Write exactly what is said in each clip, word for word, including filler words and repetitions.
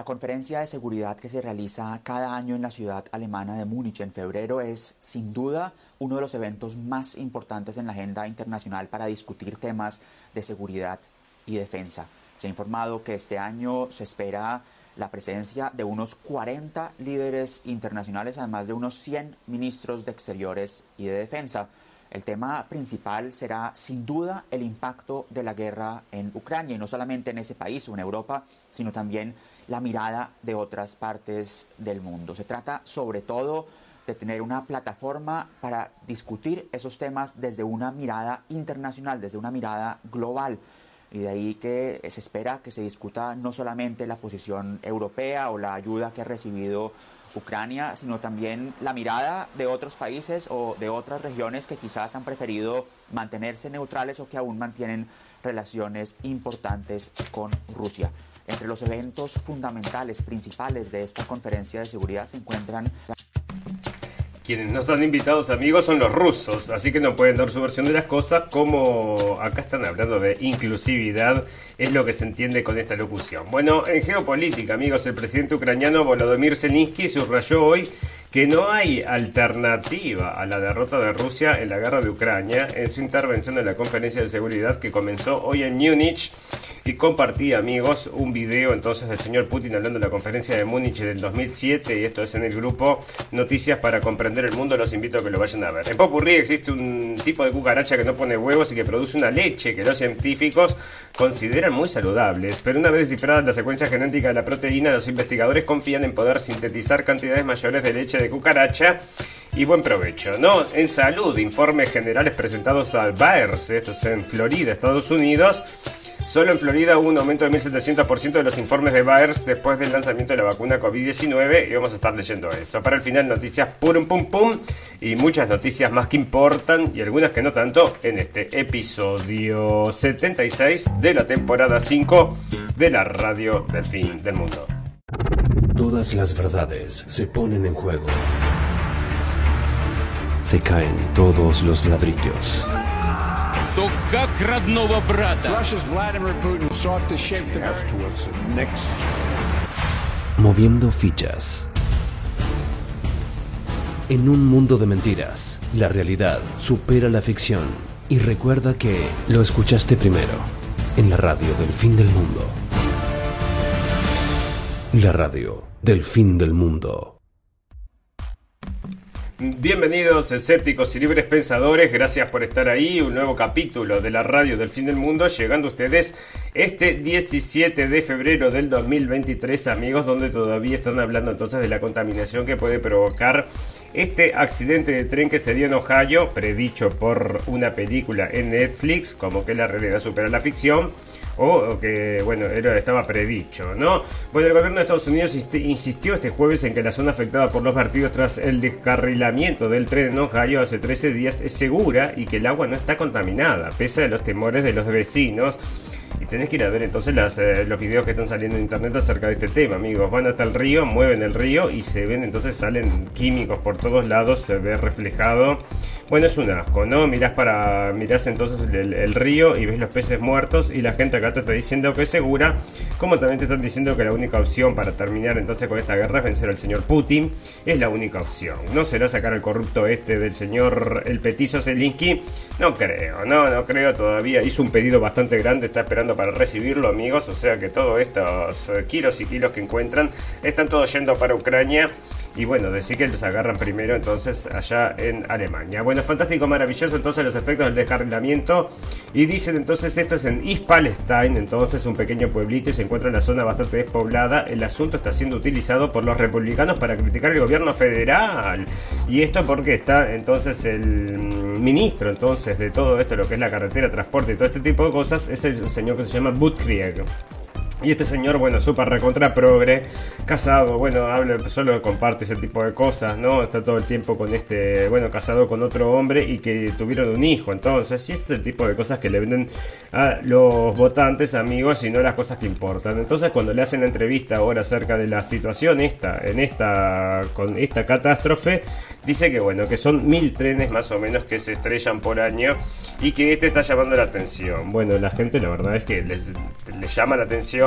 La conferencia de seguridad que se realiza cada año en la ciudad alemana de Múnich en febrero es, sin duda, uno de los eventos más importantes en la agenda internacional para discutir temas de seguridad y defensa. Se ha informado que este año se espera la presencia de unos cuarenta líderes internacionales, además de unos cien ministros de Exteriores y de Defensa. El tema principal será, sin duda, el impacto de la guerra en Ucrania, y no solamente en ese país o en Europa, sino también la mirada de otras partes del mundo. Se trata, sobre todo, de tener una plataforma para discutir esos temas desde una mirada internacional, desde una mirada global. Y de ahí que se espera que se discuta no solamente la posición europea o la ayuda que ha recibido Ucrania, sino también la mirada de otros países o de otras regiones que quizás han preferido mantenerse neutrales o que aún mantienen relaciones importantes con Rusia. Entre los eventos fundamentales, principales de esta conferencia de seguridad se encuentran... Quienes no están invitados, amigos, son los rusos, así que no pueden dar su versión de las cosas, como acá están hablando de inclusividad, es lo que se entiende con esta locución. Bueno, en geopolítica, amigos, el presidente ucraniano Volodymyr Zelensky subrayó hoy que no hay alternativa a la derrota de Rusia en la guerra de Ucrania en su intervención en la conferencia de seguridad que comenzó hoy en Múnich. Y compartí, amigos, un video entonces del señor Putin hablando de la conferencia de Múnich del dos mil siete, y esto es en el grupo Noticias para Comprender el Mundo. Los invito a que lo vayan a ver. En Popurrí existe un tipo de cucaracha que no pone huevos y que produce una leche que los científicos consideran muy saludables, pero una vez descifrada la secuencia genética de la proteína, los investigadores confían en poder sintetizar cantidades mayores de leche de cucaracha. Y buen provecho, ¿no? En salud, informes generales presentados al Baers, esto es en Florida, Estados Unidos. Solo en Florida hubo un aumento de mil setecientos por ciento de los informes de Baers después del lanzamiento de la vacuna COVID diecinueve, y vamos a estar leyendo eso. Para el final, noticias pum pum pum y muchas noticias más que importan y algunas que no tanto en este episodio setenta y seis de la temporada cinco de la Radio del Fin del Mundo. Todas las verdades se ponen en juego. Se caen todos los ladrillos. То как родного брата. Russia's Vladimir Putin sought to shape the towards the next. Moviendo fichas. En un mundo de mentiras, la realidad supera la ficción. Y recuerda que lo escuchaste primero en la radio del fin del mundo. La radio del fin del mundo. Bienvenidos, escépticos y libres pensadores, gracias por estar ahí, un nuevo capítulo de la Radio del Fin del Mundo, llegando a ustedes este diecisiete de febrero del dos mil veintitrés, amigos, donde todavía están hablando entonces de la contaminación que puede provocar este accidente de tren que se dio en Ohio, predicho por una película en Netflix, como que la realidad supera la ficción, o que, bueno, era, estaba predicho, ¿no? Bueno, el gobierno de Estados Unidos insistió este jueves en que la zona afectada por los vertidos tras el descarrilamiento del tren en Ohio hace trece días es segura y que el agua no está contaminada, pese a los temores de los vecinos. Y tenés que ir a ver entonces las, eh, los videos que están saliendo en internet acerca de este tema, amigos. Van hasta el río, mueven el río y se ven, entonces salen químicos por todos lados, se ve reflejado. Bueno, es un asco, ¿no? Mirás para mirás entonces el, el río y ves los peces muertos y la gente acá te está diciendo que es segura, como también te están diciendo que la única opción para terminar entonces con esta guerra es vencer al señor Putin. Es la única opción. ¿No será sacar al corrupto este del señor el petizo Zelensky? No creo, no, no creo todavía. Hizo un pedido bastante grande, está esperando para recibirlo, amigos, o sea que todos estos kilos y kilos que encuentran están todos yendo para Ucrania. Y bueno, decir que los agarran primero entonces allá en Alemania. Bueno, fantástico, maravilloso entonces los efectos del descarrilamiento. Y dicen entonces esto es en East Palestine, entonces un pequeño pueblito y se encuentra en la zona bastante despoblada. El asunto está siendo utilizado por los republicanos para criticar el gobierno federal. Y esto porque está entonces el ministro entonces de todo esto, lo que es la carretera, transporte y todo este tipo de cosas, es el señor que se llama Buttigieg. Y este señor, bueno, súper recontra progre, casado, bueno, habla, solo comparte ese tipo de cosas, ¿no? Está todo el tiempo con este, bueno, casado con otro hombre y que tuvieron un hijo. Entonces, sí, es el tipo de cosas que le venden a los votantes, amigos, y no las cosas que importan. Entonces, cuando le hacen la entrevista ahora acerca de la situación esta, en esta, con esta catástrofe, dice que, bueno, que son mil trenes más o menos que se estrellan por año y que este está llamando la atención. Bueno, la gente, la verdad es que les, les llama la atención.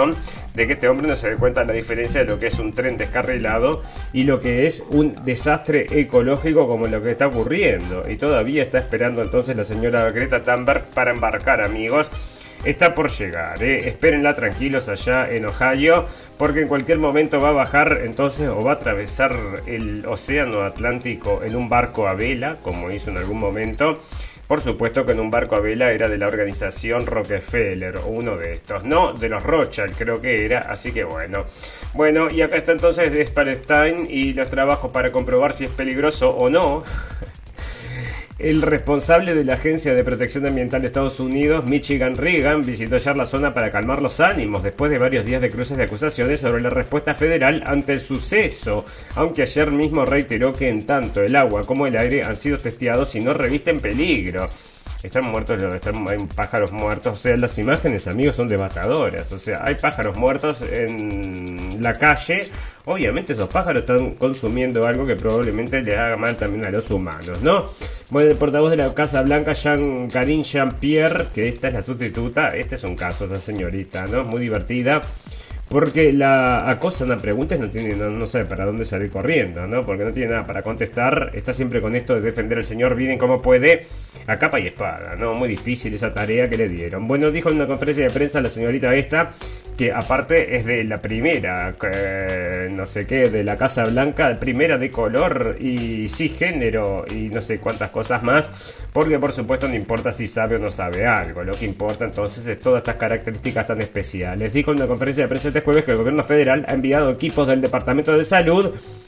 razón de que este hombre no se dé cuenta de la diferencia de lo que es un tren descarrilado y lo que es un desastre ecológico como lo que está ocurriendo. Y todavía está esperando entonces la señora Greta Thunberg para embarcar, amigos. Está por llegar, ¿eh? Espérenla tranquilos allá en Ohio, porque en cualquier momento va a bajar entonces o va a atravesar el océano Atlántico en un barco a vela, como hizo en algún momento. Por supuesto que en un barco a vela era de la organización Rockefeller, o uno de estos, no, de los Rothschild creo que era, así que bueno. Bueno, y acá está entonces es Palestine y los trabajos para comprobar si es peligroso o no. El responsable de la Agencia de Protección Ambiental de Estados Unidos, Michigan Regan, visitó ayer la zona para calmar los ánimos después de varios días de cruces de acusaciones sobre la respuesta federal ante el suceso, aunque ayer mismo reiteró que en tanto el agua como el aire han sido testeados y no revisten peligro. Están muertos, están, hay pájaros muertos, o sea, las imágenes, amigos, son devastadoras, o sea, hay pájaros muertos en la calle. Obviamente esos pájaros están consumiendo algo que probablemente les haga mal también a los humanos, ¿no? Bueno, el portavoz de la Casa Blanca, Jean, Karine Jean-Pierre, que esta es la sustituta, este es un caso, esta señorita, ¿no? Muy divertida. Porque la acosa una pregunta y no, tiene, no, no sabe para dónde salir corriendo, ¿no? Porque no tiene nada para contestar. Está siempre con esto de defender al señor Biden como puede, a capa y espada, ¿no? Muy difícil esa tarea que le dieron. Bueno, dijo en una conferencia de prensa la señorita esta, que aparte es de la primera, eh, no sé qué, de la Casa Blanca, primera de color y cisgénero y no sé cuántas cosas más. Porque por supuesto no importa si sabe o no sabe algo. Lo que importa entonces es todas estas características tan especiales. Dijo en una conferencia de prensa este jueves que el gobierno federal ha enviado equipos del Departamento de Salud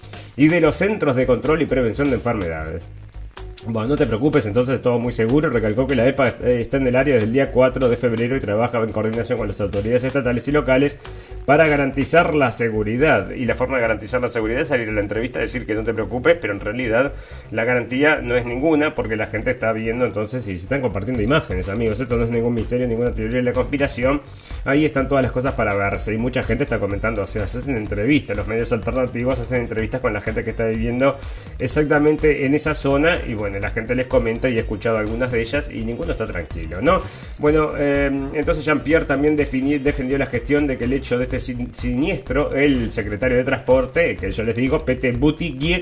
y de los Centros de Control y Prevención de Enfermedades. Bueno, no te preocupes, entonces todo muy seguro. Recalcó que la E P A está en el área desde el día cuatro de febrero y trabaja en coordinación con las autoridades estatales y locales para garantizar la seguridad. Y la forma de garantizar la seguridad es salir a la entrevista y decir que no te preocupes, pero en realidad la garantía no es ninguna porque la gente está viendo entonces y se están compartiendo imágenes, amigos. Esto no es ningún misterio, ninguna teoría de la conspiración. Ahí están todas las cosas para verse y mucha gente está comentando, o sea, se hacen entrevistas, los medios alternativos hacen entrevistas con la gente que está viviendo exactamente en esa zona y bueno, la gente les comenta y he escuchado algunas de ellas y ninguno está tranquilo, ¿no? Bueno, eh, entonces Jean-Pierre también defini- defendió la gestión de que el hecho de este sin- siniestro, el secretario de Transporte, que yo les digo, Pete Buttigieg,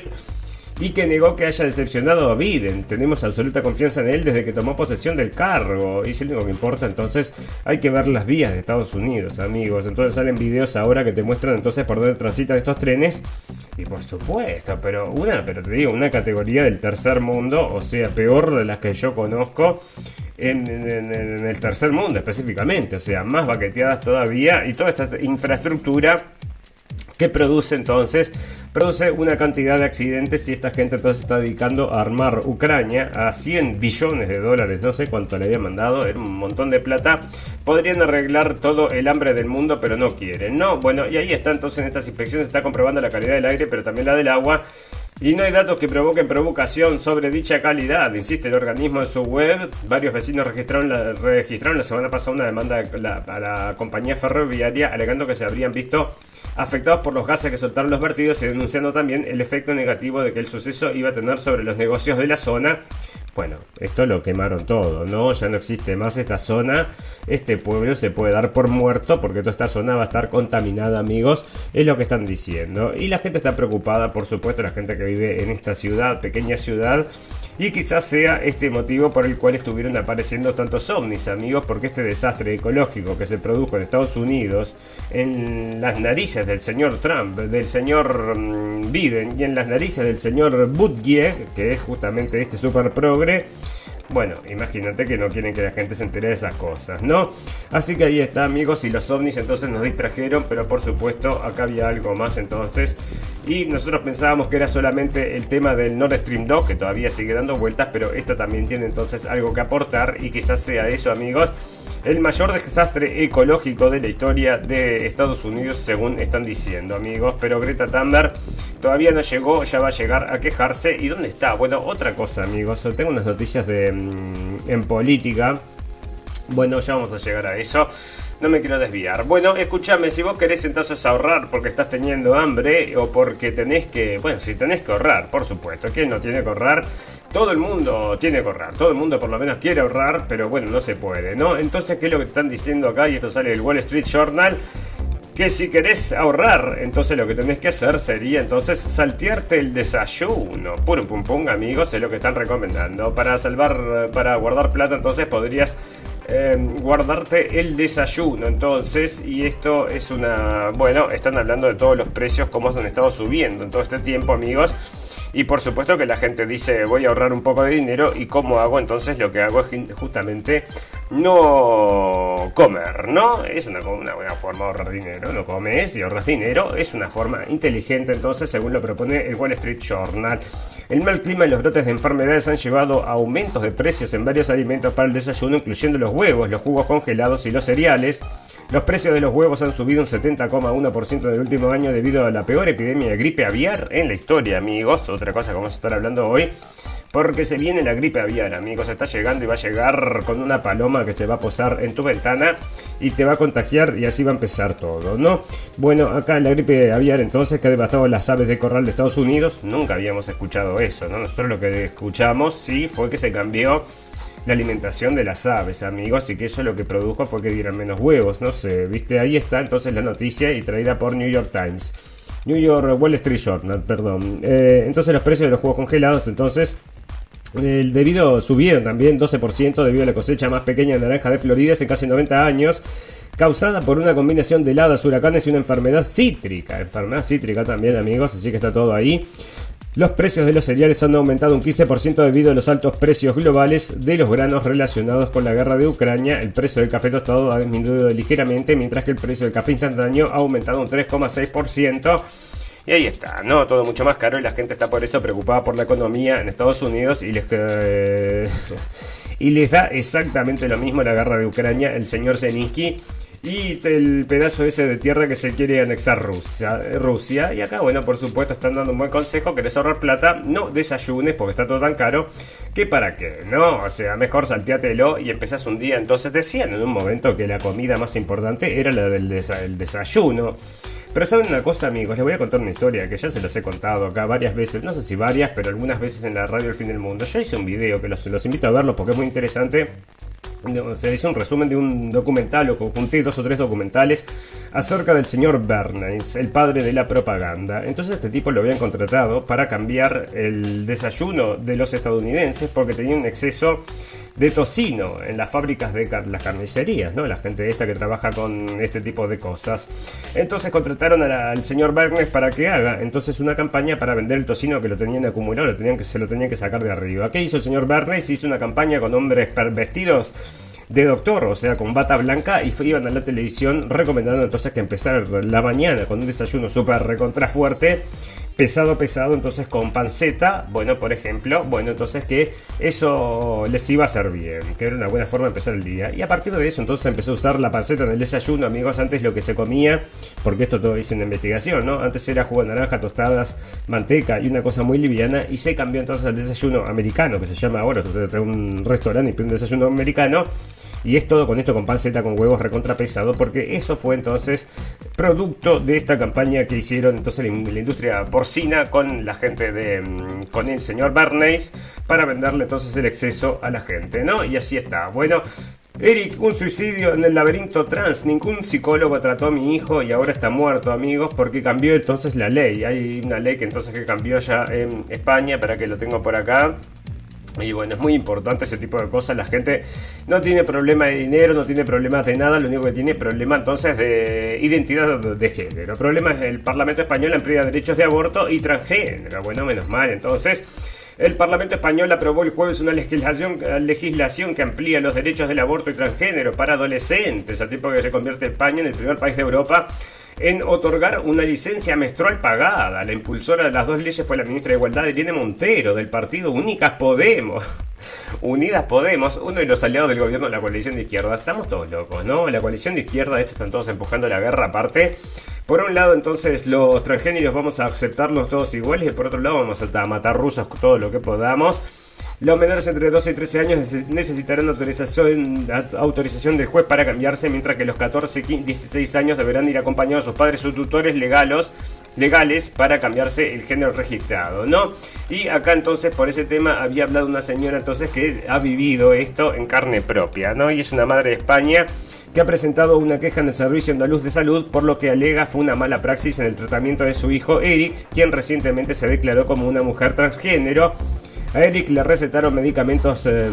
y que negó que haya decepcionado a Biden. Tenemos absoluta confianza en él desde que tomó posesión del cargo. Y si es lo único que importa, entonces hay que ver las vías de Estados Unidos, amigos. Entonces salen videos ahora que te muestran entonces por dónde transitan estos trenes. Y por supuesto, pero una, pero te digo, una categoría del tercer mundo, o sea, peor de las que yo conozco en, en, en el tercer mundo específicamente. O sea, más baqueteadas todavía y toda esta infraestructura que produce entonces, produce una cantidad de accidentes y esta gente entonces está dedicando a armar Ucrania a cien billones de dólares, no sé cuánto le había mandado, era un montón de plata, podrían arreglar todo el hambre del mundo pero no quieren, ¿no? Bueno, y ahí está entonces en estas inspecciones, está comprobando la calidad del aire pero también la del agua. Y no hay datos que provoquen provocación sobre dicha calidad, insiste el organismo en su web. Varios vecinos registraron la, registraron la semana pasada una demanda a la, a la compañía ferroviaria alegando que se habrían visto afectados por los gases que soltaron los vertidos y denunciando también el efecto negativo de que el suceso iba a tener sobre los negocios de la zona. Bueno, esto lo quemaron todo, ¿no? Ya no existe más esta zona. Este pueblo se puede dar por muerto porque toda esta zona va a estar contaminada, amigos. Es lo que están diciendo. Y la gente está preocupada, por supuesto, la gente que vive en esta ciudad, pequeña ciudad. Y quizás sea este motivo por el cual estuvieron apareciendo tantos ovnis, amigos, porque este desastre ecológico que se produjo en Estados Unidos, en las narices del señor Trump, del señor um, Biden y en las narices del señor Buttigieg, que es justamente este super progre. Bueno, imagínate que no quieren que la gente se entere de esas cosas, ¿no? Así que ahí está, amigos, y los ovnis entonces nos distrajeron, pero por supuesto acá había algo más entonces. Y nosotros pensábamos que era solamente el tema del Nord Stream dos, que todavía sigue dando vueltas, pero esto también tiene entonces algo que aportar y quizás sea eso, amigos, el mayor desastre ecológico de la historia de Estados Unidos, según están diciendo, amigos. Pero Greta Thunberg todavía no llegó, ya va a llegar a quejarse. ¿Y dónde está? Bueno, otra cosa, amigos, tengo unas noticias de mmm, en política. Bueno, ya vamos a llegar a eso. No me quiero desviar. Bueno, escúchame, si vos querés entonces ahorrar porque estás teniendo hambre o porque tenés que... Bueno, si tenés que ahorrar, por supuesto. ¿Quién no tiene que ahorrar? Todo el mundo tiene que ahorrar. Todo el mundo por lo menos quiere ahorrar, pero bueno, no se puede, ¿no? Entonces, ¿qué es lo que te están diciendo acá? Y esto sale del Wall Street Journal. que si querés ahorrar, entonces lo que tenés que hacer sería entonces saltearte el desayuno. Pum pum pum, amigos, es lo que están recomendando. Para salvar, para guardar plata, entonces podrías eh, guardarte el desayuno. Entonces, y esto es una... Bueno, están hablando de todos los precios, cómo han estado subiendo en todo este tiempo, amigos. Y por supuesto que la gente dice, voy a ahorrar un poco de dinero. ¿Y cómo hago? Entonces lo que hago es justamente no comer, ¿no? Es una, una buena forma de ahorrar dinero. No comes y ahorras dinero. Es una forma inteligente, entonces, según lo propone el Wall Street Journal. El mal clima y los brotes de enfermedades han llevado a aumentos de precios en varios alimentos para el desayuno, incluyendo los huevos, los jugos congelados y los cereales. Los precios de los huevos han subido un setenta coma uno por ciento en el último año debido a la peor epidemia de gripe aviar en la historia, amigos. Otra cosa que vamos a estar hablando hoy, porque se viene la gripe aviar, amigos. Está llegando y va a llegar con una paloma que se va a posar en tu ventana y te va a contagiar, y así va a empezar todo, ¿no? Bueno, acá la gripe aviar entonces que ha devastado las aves de corral de Estados Unidos. Nunca habíamos escuchado eso, ¿no? Nosotros lo que escuchamos, sí, fue que se cambió la alimentación de las aves, amigos, y que eso lo que produjo fue que dieran menos huevos, no sé, viste, ahí está entonces la noticia, y traída por New York Times, New York Wall Street Journal, perdón. Eh, entonces los precios de los jugos congelados, entonces, eh, debido, subieron también doce por ciento debido a la cosecha más pequeña de naranja de Florida en casi noventa años, causada por una combinación de heladas, huracanes y una enfermedad cítrica, enfermedad cítrica también, amigos, así que está todo ahí. Los precios de los cereales han aumentado un quince por ciento debido a los altos precios globales de los granos relacionados con la guerra de Ucrania. El precio del café tostado ha disminuido ligeramente, mientras que el precio del café instantáneo ha aumentado un tres coma seis por ciento. Y ahí está, ¿no? Todo mucho más caro y la gente está por eso preocupada por la economía en Estados Unidos y les... Eh, y les da exactamente lo mismo la guerra de Ucrania, el señor Zelensky y el pedazo ese de tierra que se quiere anexar Rusia, Rusia. Y acá, bueno, por supuesto, están dando un buen consejo. ¿Querés ahorrar plata? No desayunes porque está todo tan caro. ¿Qué para qué? No, o sea, mejor salteátelo y empezás un día. Entonces decían en un momento que la comida más importante era la del desa- el desayuno. Pero saben una cosa, amigos, les voy a contar una historia que ya se los he contado acá varias veces, no sé si varias, pero algunas veces en la radio El Fin del Mundo. Yo hice un video que los, los invito a verlo porque es muy interesante. Se hizo un resumen de un documental, o conjunté dos o tres documentales acerca del señor Bernays, el padre de la propaganda. Entonces este tipo lo habían contratado para cambiar el desayuno de los estadounidenses porque tenía un exceso de tocino en las fábricas de car- las carnicerías, ¿no? La gente esta que trabaja con este tipo de cosas. Entonces contrataron a la, al señor Bernays para que haga entonces una campaña para vender el tocino que lo tenían acumulado, lo tenían que, se lo tenían que sacar de arriba. ¿Qué hizo el señor Bernays? Hizo una campaña con hombres vestidos de doctor, o sea, con bata blanca, y iban a la televisión recomendando entonces que empezara la mañana con un desayuno súper recontra fuerte, pesado, pesado, entonces con panceta, bueno, por ejemplo, bueno, entonces que eso les iba a hacer bien, que era una buena forma de empezar el día. Y a partir de eso entonces empezó a usar la panceta en el desayuno, amigos. Antes lo que se comía, porque esto todo hice en investigación, ¿no? Antes era jugo de naranja, tostadas, manteca y una cosa muy liviana, y se cambió entonces al desayuno americano, que se llama ahora, usted trae un restaurante y pide un desayuno americano. Y es todo con esto, con panceta, con huevos recontra pesado, porque eso fue entonces producto de esta campaña que hicieron entonces la, la industria porcina con la gente de, con el señor Bernays, para venderle entonces el exceso a la gente, ¿no? Y así está. Bueno, Eric, un suicidio en el laberinto trans. Ningún psicólogo trató a mi hijo y ahora está muerto, amigos, porque cambió entonces la ley. Hay una ley que entonces que cambió ya en España, para que lo tengo por acá. Y bueno, es muy importante ese tipo de cosas. La gente no tiene problema de dinero, no tiene problemas de nada. Lo único que tiene es problema entonces de identidad de género. El problema es el Parlamento Español amplía derechos de aborto y transgénero. Bueno, menos mal. Entonces, el Parlamento Español aprobó el jueves una legislación, legislación que amplía los derechos del aborto y transgénero para adolescentes, a tiempo que se convierte España en el primer país de Europa en otorgar una licencia menstrual pagada. La impulsora de las dos leyes fue la ministra de Igualdad, Irene Montero, del partido Unidas Podemos. Unidas Podemos, uno de los aliados del gobierno de la coalición de izquierda. Estamos todos locos, ¿no? La coalición de izquierda, estos están todos empujando la guerra aparte. Por un lado, entonces, los transgéneros vamos a aceptarnos todos iguales, y por otro lado vamos a matar rusos todo lo que podamos. Los menores entre doce y trece años necesitarán autorización, autorización del juez para cambiarse, mientras que los catorce y dieciséis años deberán ir acompañados de sus padres o tutores legales legales para cambiarse el género registrado, ¿no? Y acá entonces por ese tema había hablado una señora entonces que ha vivido esto en carne propia, ¿no? Y es una madre de España que ha presentado una queja en el Servicio Andaluz de Salud por lo que alega fue una mala praxis en el tratamiento de su hijo Eric, quien recientemente se declaró como una mujer transgénero. A Eric le recetaron medicamentos eh,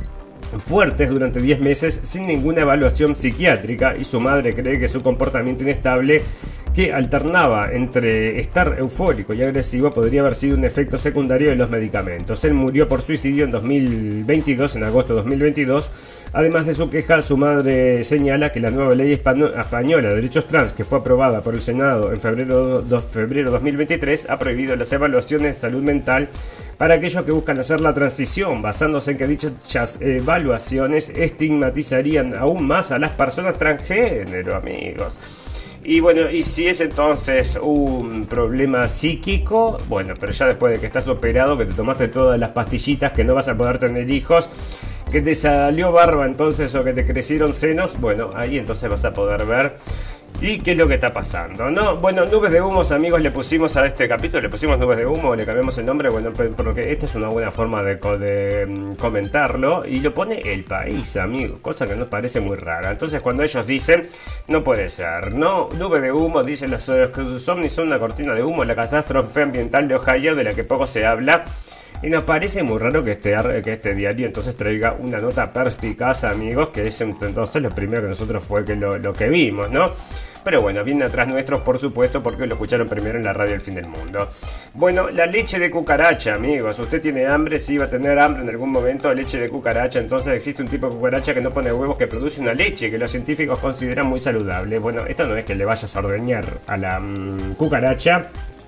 fuertes durante diez meses sin ninguna evaluación psiquiátrica y su madre cree que su comportamiento inestable, que alternaba entre estar eufórico y agresivo, podría haber sido un efecto secundario de los medicamentos. Él murió por suicidio en dos mil veintidós, en agosto de dos mil veintidós. Además de su queja, su madre señala que la nueva ley española de derechos trans, que fue aprobada por el Senado en febrero de febrero dos mil veintitrés, ha prohibido las evaluaciones de salud mental para aquellos que buscan hacer la transición, basándose en que dichas evaluaciones estigmatizarían aún más a las personas transgénero, amigos. Y bueno, y si es entonces un problema psíquico, bueno, pero ya después de que estás operado, que te tomaste todas las pastillitas, que no vas a poder tener hijos, que te salió barba entonces o que te crecieron senos, bueno, ahí entonces vas a poder ver y qué es lo que está pasando, ¿no? Bueno, nubes de humos, amigos, le pusimos a este capítulo, le pusimos nubes de humo, le cambiamos el nombre, bueno, porque esta es una buena forma de, de comentarlo, y lo pone El País, amigos, cosa que nos parece muy rara. Entonces cuando ellos dicen, no puede ser, ¿no? Nube de humo, dicen los, los ovnis son una cortina de humo, la catástrofe ambiental de Ohio, de la que poco se habla. Y nos parece muy raro que este, que este diario entonces traiga una nota perspicaz, amigos, que es entonces lo primero que nosotros fue que lo, lo que vimos, ¿no? Pero bueno, vienen atrás nuestros, por supuesto, porque lo escucharon primero en la radio El Fin del Mundo. Bueno, la leche de cucaracha, amigos. Usted tiene hambre, sí va a tener hambre en algún momento, leche de cucaracha. Entonces existe un tipo de cucaracha que no pone huevos, que produce una leche que los científicos consideran muy saludable. Bueno, esto no es que le vayas a ordeñar a la mmm, cucaracha,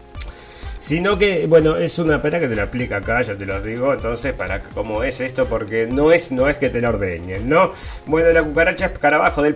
sino que, bueno, es una pena que te lo explica acá, ya te lo digo, entonces, para cómo es esto, porque no es, no es que te la ordeñen, ¿no? Bueno, la cucaracha escarabajo del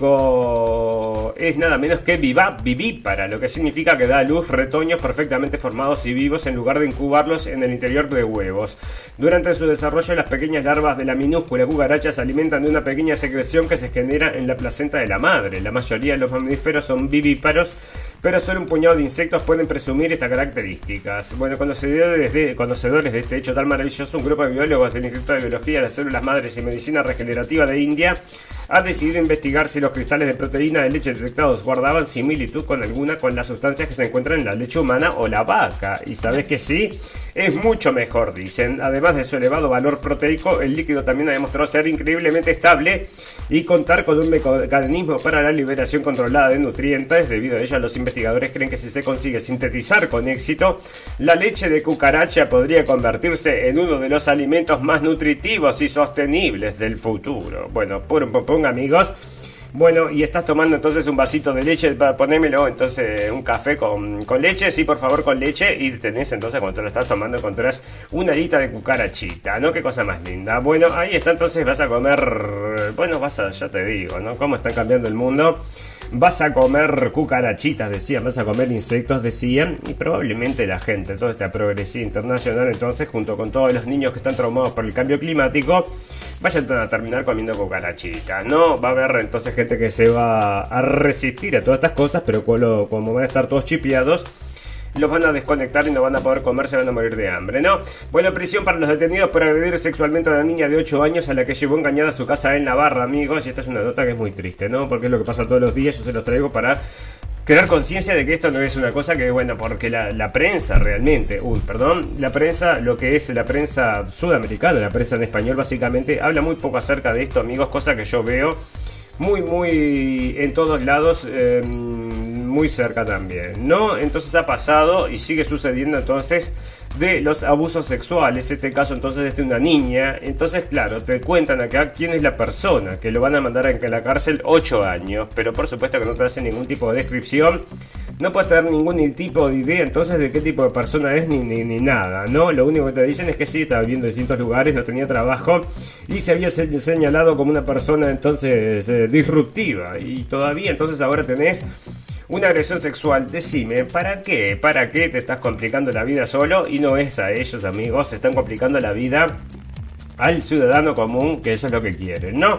Pacífico es nada menos que viva, vivípara, lo que significa que da a luz retoños perfectamente formados y vivos en lugar de incubarlos en el interior de huevos. Durante su desarrollo, las pequeñas larvas de la minúscula cucaracha se alimentan de una pequeña secreción que se genera en la placenta de la madre. La mayoría de los mamíferos son vivíparos, pero solo un puñado de insectos pueden presumir estas características. Bueno, conocedores de, conocedores de este hecho tan maravilloso, un grupo de biólogos del Instituto de Biología de las Células Madres y Medicina Regenerativa de India ha decidido investigar si los cristales de proteína de leche detectados guardaban similitud con alguna con las sustancias que se encuentran en la leche humana o la vaca. Y sabes que sí, es mucho mejor, dicen. Además de su elevado valor proteico, el líquido también ha demostrado ser increíblemente estable y contar con un mecanismo para la liberación controlada de nutrientes. Debido a ello, los investigadores creen que si se consigue sintetizar con éxito, la leche de cucaracha podría convertirse en uno de los alimentos más nutritivos y sostenibles del futuro. Bueno, por un amigos. Bueno, y estás tomando entonces un vasito de leche, para ponérmelo entonces un café con, con leche, sí, por favor, con leche, y tenés entonces cuando te lo estás tomando encontrás una alita de cucarachita, ¿no? Qué cosa más linda. Bueno, ahí está, entonces vas a comer, bueno, vas a, ya te digo, ¿no? Cómo está cambiando el mundo. Vas a comer cucarachitas, decían, vas a comer insectos, decían, y probablemente la gente, toda esta progresía internacional, entonces, junto con todos los niños que están traumados por el cambio climático, vayan a terminar comiendo cucarachitas, ¿no? Va a haber entonces gente que se va a resistir a todas estas cosas, pero como, como van a estar todos chipeados, los van a desconectar y no van a poder comer, se van a morir de hambre, ¿no? Bueno, prisión para los detenidos por agredir sexualmente a una niña de ocho años a la que llevó engañada a su casa en Navarra, amigos. Y esta es una nota que es muy triste, ¿no? Porque es lo que pasa todos los días, yo se los traigo para crear conciencia de que esto no es una cosa que, bueno, porque la, la prensa realmente, uy, perdón, la prensa, lo que es la prensa sudamericana, la prensa en español básicamente, habla muy poco acerca de esto, amigos, cosa que yo veo muy, muy en todos lados, eh, muy cerca también, ¿no? Entonces ha pasado y sigue sucediendo entonces de los abusos sexuales, este caso entonces es de una niña. Entonces, claro, te cuentan acá quién es la persona, que lo van a mandar a la cárcel ocho años, pero por supuesto que no te hacen ningún tipo de descripción, no puedes tener ningún tipo de idea entonces de qué tipo de persona es ni, ni, ni nada, ¿no? Lo único que te dicen es que sí, estaba viviendo en distintos lugares, no tenía trabajo y se había señalado como una persona entonces eh, disruptiva, y todavía entonces ahora tenés una agresión sexual. Decime, ¿para qué? ¿Para qué te estás complicando la vida solo? Y no es a ellos, amigos, se están complicando la vida al ciudadano común, que eso es lo que quieren, ¿no?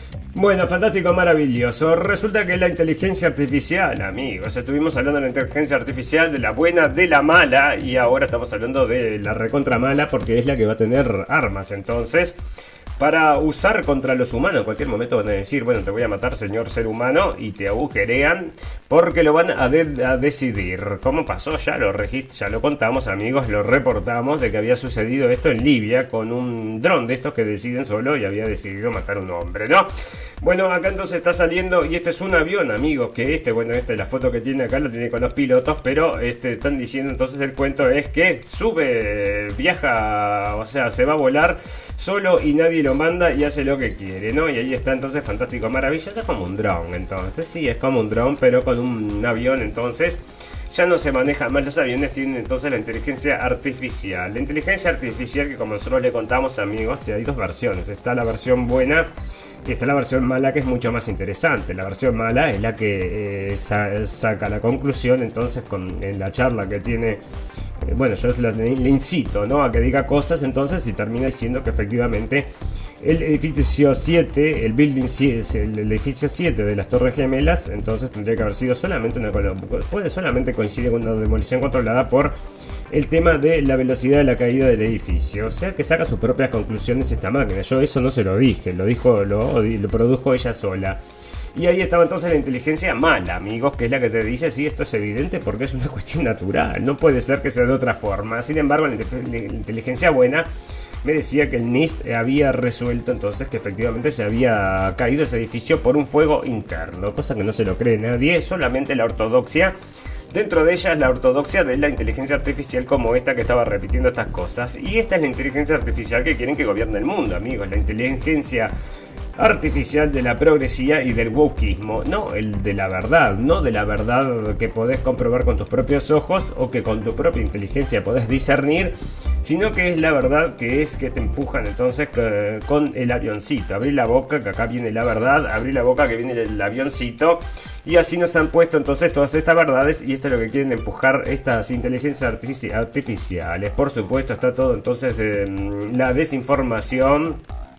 Bueno, fantástico, maravilloso. Resulta que la inteligencia artificial, amigos, estuvimos hablando de la inteligencia artificial, de la buena, de la mala, y ahora estamos hablando de la recontra mala porque es la que va a tener armas, entonces, para usar contra los humanos. En cualquier momento van a decir, bueno, te voy a matar, señor ser humano, y te agujerean porque lo van a, de a decidir. ¿Cómo pasó? Ya lo ya lo contamos, amigos, lo reportamos de que había sucedido esto en Libia con un dron de estos que deciden solo y había decidido matar a un hombre, ¿no? Bueno, acá entonces está saliendo, y este es un avión, amigos, que este, bueno, esta es la foto que tiene acá, la tiene con los pilotos, pero este están diciendo entonces el cuento es que sube, viaja, o sea, se va a volar solo y nadie lo manda y hace lo que quiere, ¿no? Y ahí está entonces fantástico, maravilloso, es como un dron, entonces, sí, es como un dron, pero con un avión, entonces ya no se manejan más los aviones, tienen entonces la inteligencia artificial. La inteligencia artificial que, como nosotros le contamos, amigos, hay dos versiones, está la versión buena y está la versión mala, que es mucho más interesante. La versión mala es la que eh, sa saca la conclusión, entonces, con en la charla que tiene, eh, bueno, yo le, le incito, ¿no?, a que diga cosas, entonces, y termina diciendo que efectivamente el edificio siete, el building siete, el edificio siete de las Torres Gemelas, entonces tendría que haber sido solamente una, puede solamente coincide con una demolición controlada por el tema de la velocidad de la caída del edificio. O sea que saca sus propias conclusiones esta máquina. Yo eso no se lo dije, lo dijo, lo, lo produjo ella sola. Y ahí estaba entonces la inteligencia mala, amigos, que es la que te dice, sí, esto es evidente porque es una cuestión natural, no puede ser que sea de otra forma. Sin embargo, la, la inteligencia buena me decía que el NIST había resuelto entonces que efectivamente se había caído ese edificio por un fuego interno, cosa que no se lo cree nadie, solamente la ortodoxia. Dentro de ella es la ortodoxia de la inteligencia artificial como esta que estaba repitiendo estas cosas. Y esta es la inteligencia artificial que quieren que gobierne el mundo, amigos. La inteligencia artificial de la progresía y del wokismo, no el de la verdad, no de la verdad que podés comprobar con tus propios ojos o que con tu propia inteligencia podés discernir, sino que es la verdad que es que te empujan entonces que, con el avioncito. Abrí la boca, que acá viene la verdad, abrí la boca, que viene el avioncito, y así nos han puesto entonces todas estas verdades, y esto es lo que quieren empujar estas inteligencias artificiales. Por supuesto está todo entonces de la desinformación,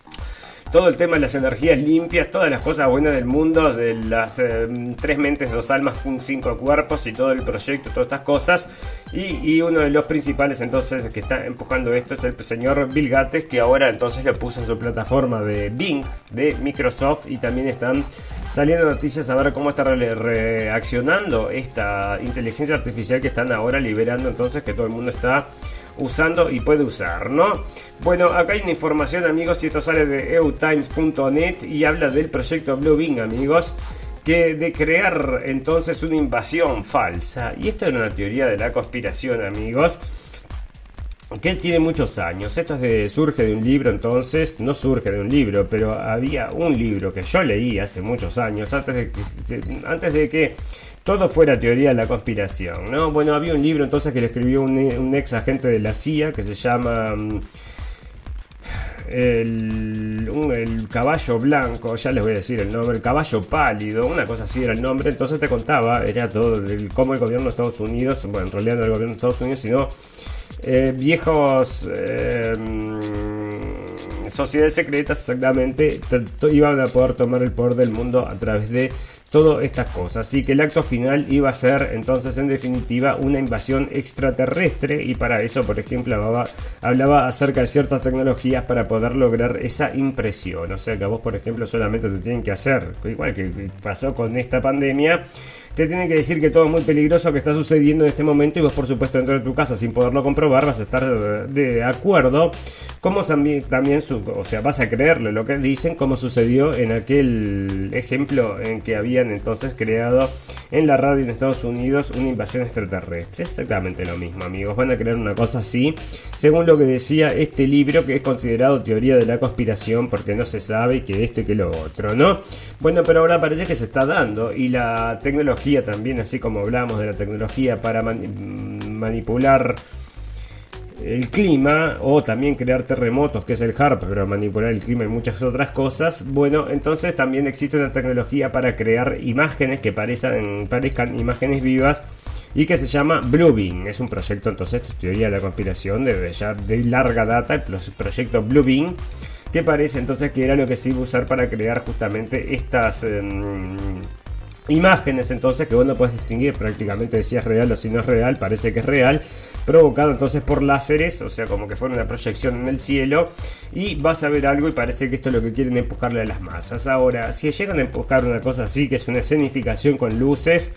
todo el tema de las energías limpias, todas las cosas buenas del mundo, de las eh, tres mentes, dos almas, cinco cuerpos y todo el proyecto, todas estas cosas. Y, y uno de los principales entonces que está empujando esto es el señor Bill Gates, que ahora entonces lo puso en su plataforma de Bing de Microsoft, y también están saliendo noticias a ver cómo está re reaccionando esta inteligencia artificial que están ahora liberando, entonces, que todo el mundo está usando y puede usar, ¿no? Bueno, acá hay una información, amigos, y esto sale de e u times punto net y habla del proyecto Blue Bing, amigos, que de crear entonces una invasión falsa. Y esto es una teoría de la conspiración, amigos, que tiene muchos años. Esto es de, surge de un libro, entonces, no surge de un libro, pero había un libro que yo leí hace muchos años, antes de que, antes de que todo fuera teoría de la conspiración, ¿no? Bueno, había un libro entonces que le escribió un, un ex agente de la C I A que se llama um, el, un, el caballo blanco, ya les voy a decir el nombre, el caballo pálido, una cosa así era el nombre. Entonces te contaba, era todo el, cómo el gobierno de Estados Unidos, bueno, en realidad no el gobierno de Estados Unidos, sino eh, viejos eh, sociedades secretas, exactamente, iban a poder tomar el poder del mundo a través de todas estas cosas. Así que el acto final iba a ser entonces, en definitiva, una invasión extraterrestre, y para eso, por ejemplo, hablaba, hablaba acerca de ciertas tecnologías para poder lograr esa impresión. O sea que a vos, por ejemplo, solamente te tienen que hacer, igual que pasó con esta pandemia, te tienen que decir que todo es muy peligroso que está sucediendo en este momento, y vos, por supuesto, dentro de tu casa, sin poderlo comprobar, vas a estar de acuerdo, como también, también su, o sea, vas a creerle lo que dicen, como sucedió en aquel ejemplo en que habían entonces creado en la radio en Estados Unidos una invasión extraterrestre. Exactamente lo mismo, amigos, van a creer una cosa así, según lo que decía este libro, que es considerado teoría de la conspiración, porque no se sabe que esto y que lo otro, ¿no? Bueno, pero ahora parece que se está dando, y la tecnología también, así como hablamos de la tecnología para man manipular el clima, o también crear terremotos, que es el HAARP, pero manipular el clima y muchas otras cosas. Bueno, entonces también existe una tecnología para crear imágenes que parezcan, parezcan imágenes vivas, y que se llama Blue Bing. Es un proyecto, entonces, esto es teoría de la conspiración de ya de larga data, el proyecto Blue Bing, que parece entonces que era lo que se iba a usar para crear justamente estas eh, imágenes, entonces que vos no podés distinguir prácticamente si es real o si no es real. Parece que es real, provocado entonces por láseres, o sea, como que fuera una proyección en el cielo, y vas a ver algo y parece que esto es lo que quieren empujarle a las masas. Ahora, si llegan a empujar una cosa así, que es una escenificación con luces,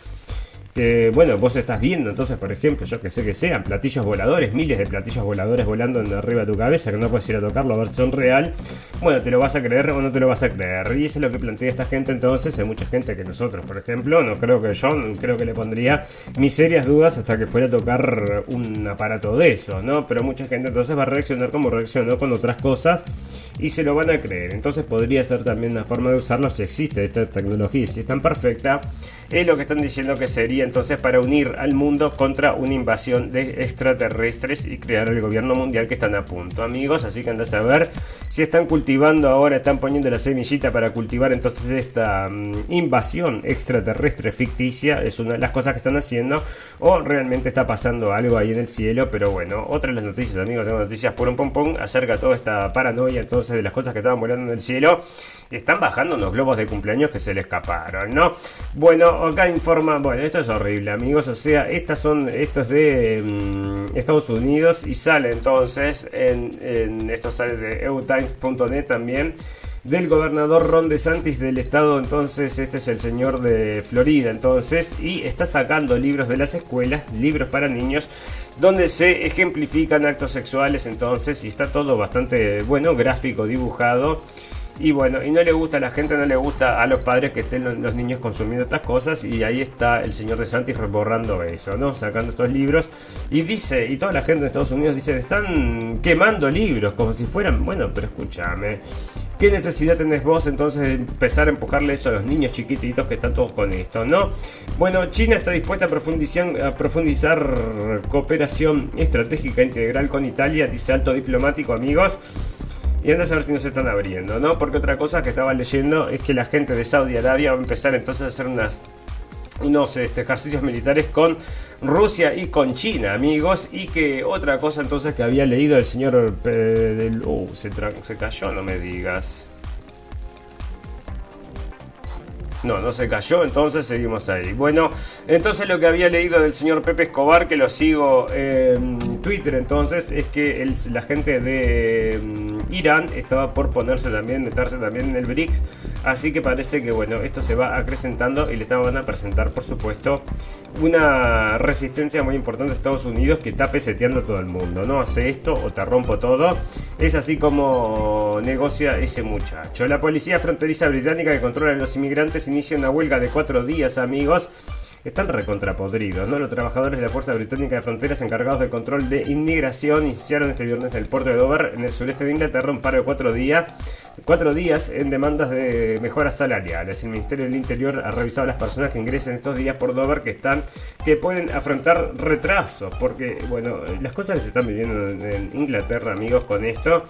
que bueno, vos estás viendo entonces, por ejemplo, yo que sé que sean platillos voladores, miles de platillos voladores volando en arriba de tu cabeza, que no puedes ir a tocarlo a ver si son real, bueno, te lo vas a creer o no te lo vas a creer. Y eso es lo que plantea esta gente. Entonces hay mucha gente que nosotros, por ejemplo, no creo que yo, creo que le pondría mis serias dudas hasta que fuera a tocar un aparato de eso, ¿no? Pero mucha gente entonces va a reaccionar como reaccionó con otras cosas y se lo van a creer. Entonces podría ser también una forma de usarlo si existe esta tecnología, si es tan perfecta. Es lo que están diciendo que sería entonces para unir al mundo contra una invasión de extraterrestres y crear el gobierno mundial que están a punto, amigos. Así que andás a ver si están cultivando ahora, están poniendo la semillita para cultivar entonces esta um, invasión extraterrestre ficticia. Es una de las cosas que están haciendo, o realmente está pasando algo ahí en el cielo. Pero bueno, otra de las noticias, amigos, tengo noticias por un pom pom acerca de toda esta paranoia entonces de las cosas que estaban volando en el cielo. Están bajando unos globos de cumpleaños que se le escaparon, ¿no? Bueno, acá informa, bueno, esto es horrible, amigos, o sea, estas son, esto es de um, Estados Unidos y sale entonces, en, en esto sale de eu times punto net también, del gobernador Ron DeSantis del estado, entonces, este es el señor de Florida, entonces, y está sacando libros de las escuelas, libros para niños, donde se ejemplifican actos sexuales, entonces, y está todo bastante, bueno, gráfico, dibujado. Y bueno, y no le gusta a la gente, no le gusta a los padres que estén los, los niños consumiendo estas cosas. Y ahí está el señor DeSantis borrando eso, ¿no? Sacando estos libros. Y dice, y toda la gente de Estados Unidos dice, están quemando libros como si fueran, bueno, pero escúchame, ¿qué necesidad tenés vos entonces de empezar a empujarle eso a los niños chiquititos que están todos con esto, ¿no? Bueno, China está dispuesta a profundizar, a profundizar cooperación estratégica integral con Italia, dice alto diplomático, amigos. Y andas a ver si no se están abriendo, ¿no? Porque otra cosa que estaba leyendo es que la gente de Saudi Arabia va a empezar entonces a hacer unas, unos este, ejercicios militares con Rusia y con China, amigos. Y que otra cosa entonces que había leído el señor... Eh, del, uh, se, se cayó, no me digas. No, no se cayó, entonces seguimos ahí. Bueno, entonces lo que había leído del señor Pepe Escobar, que lo sigo en Twitter, entonces, es que el, la gente de um, Irán estaba por ponerse también, meterse también en el B R I C S. Así que parece que, bueno, esto se va acrecentando y le estaban a presentar, por supuesto, una resistencia muy importante a Estados Unidos que está peseteando a todo el mundo, ¿no? Hace esto o te rompo todo. Es así como negocia ese muchacho. La policía fronteriza británica que controla a los inmigrantes inicia una huelga de cuatro días, amigos. Están recontrapodridos, ¿no? Los trabajadores de la Fuerza Británica de Fronteras encargados del control de inmigración iniciaron este viernes en el puerto de Dover, en el sureste de Inglaterra, un paro de cuatro días, cuatro días en demandas de mejoras salariales. El Ministerio del Interior ha revisado a las personas que ingresen estos días por Dover que están, que pueden afrontar retrasos, porque, bueno, las cosas que se están viviendo en, en Inglaterra, amigos, con esto.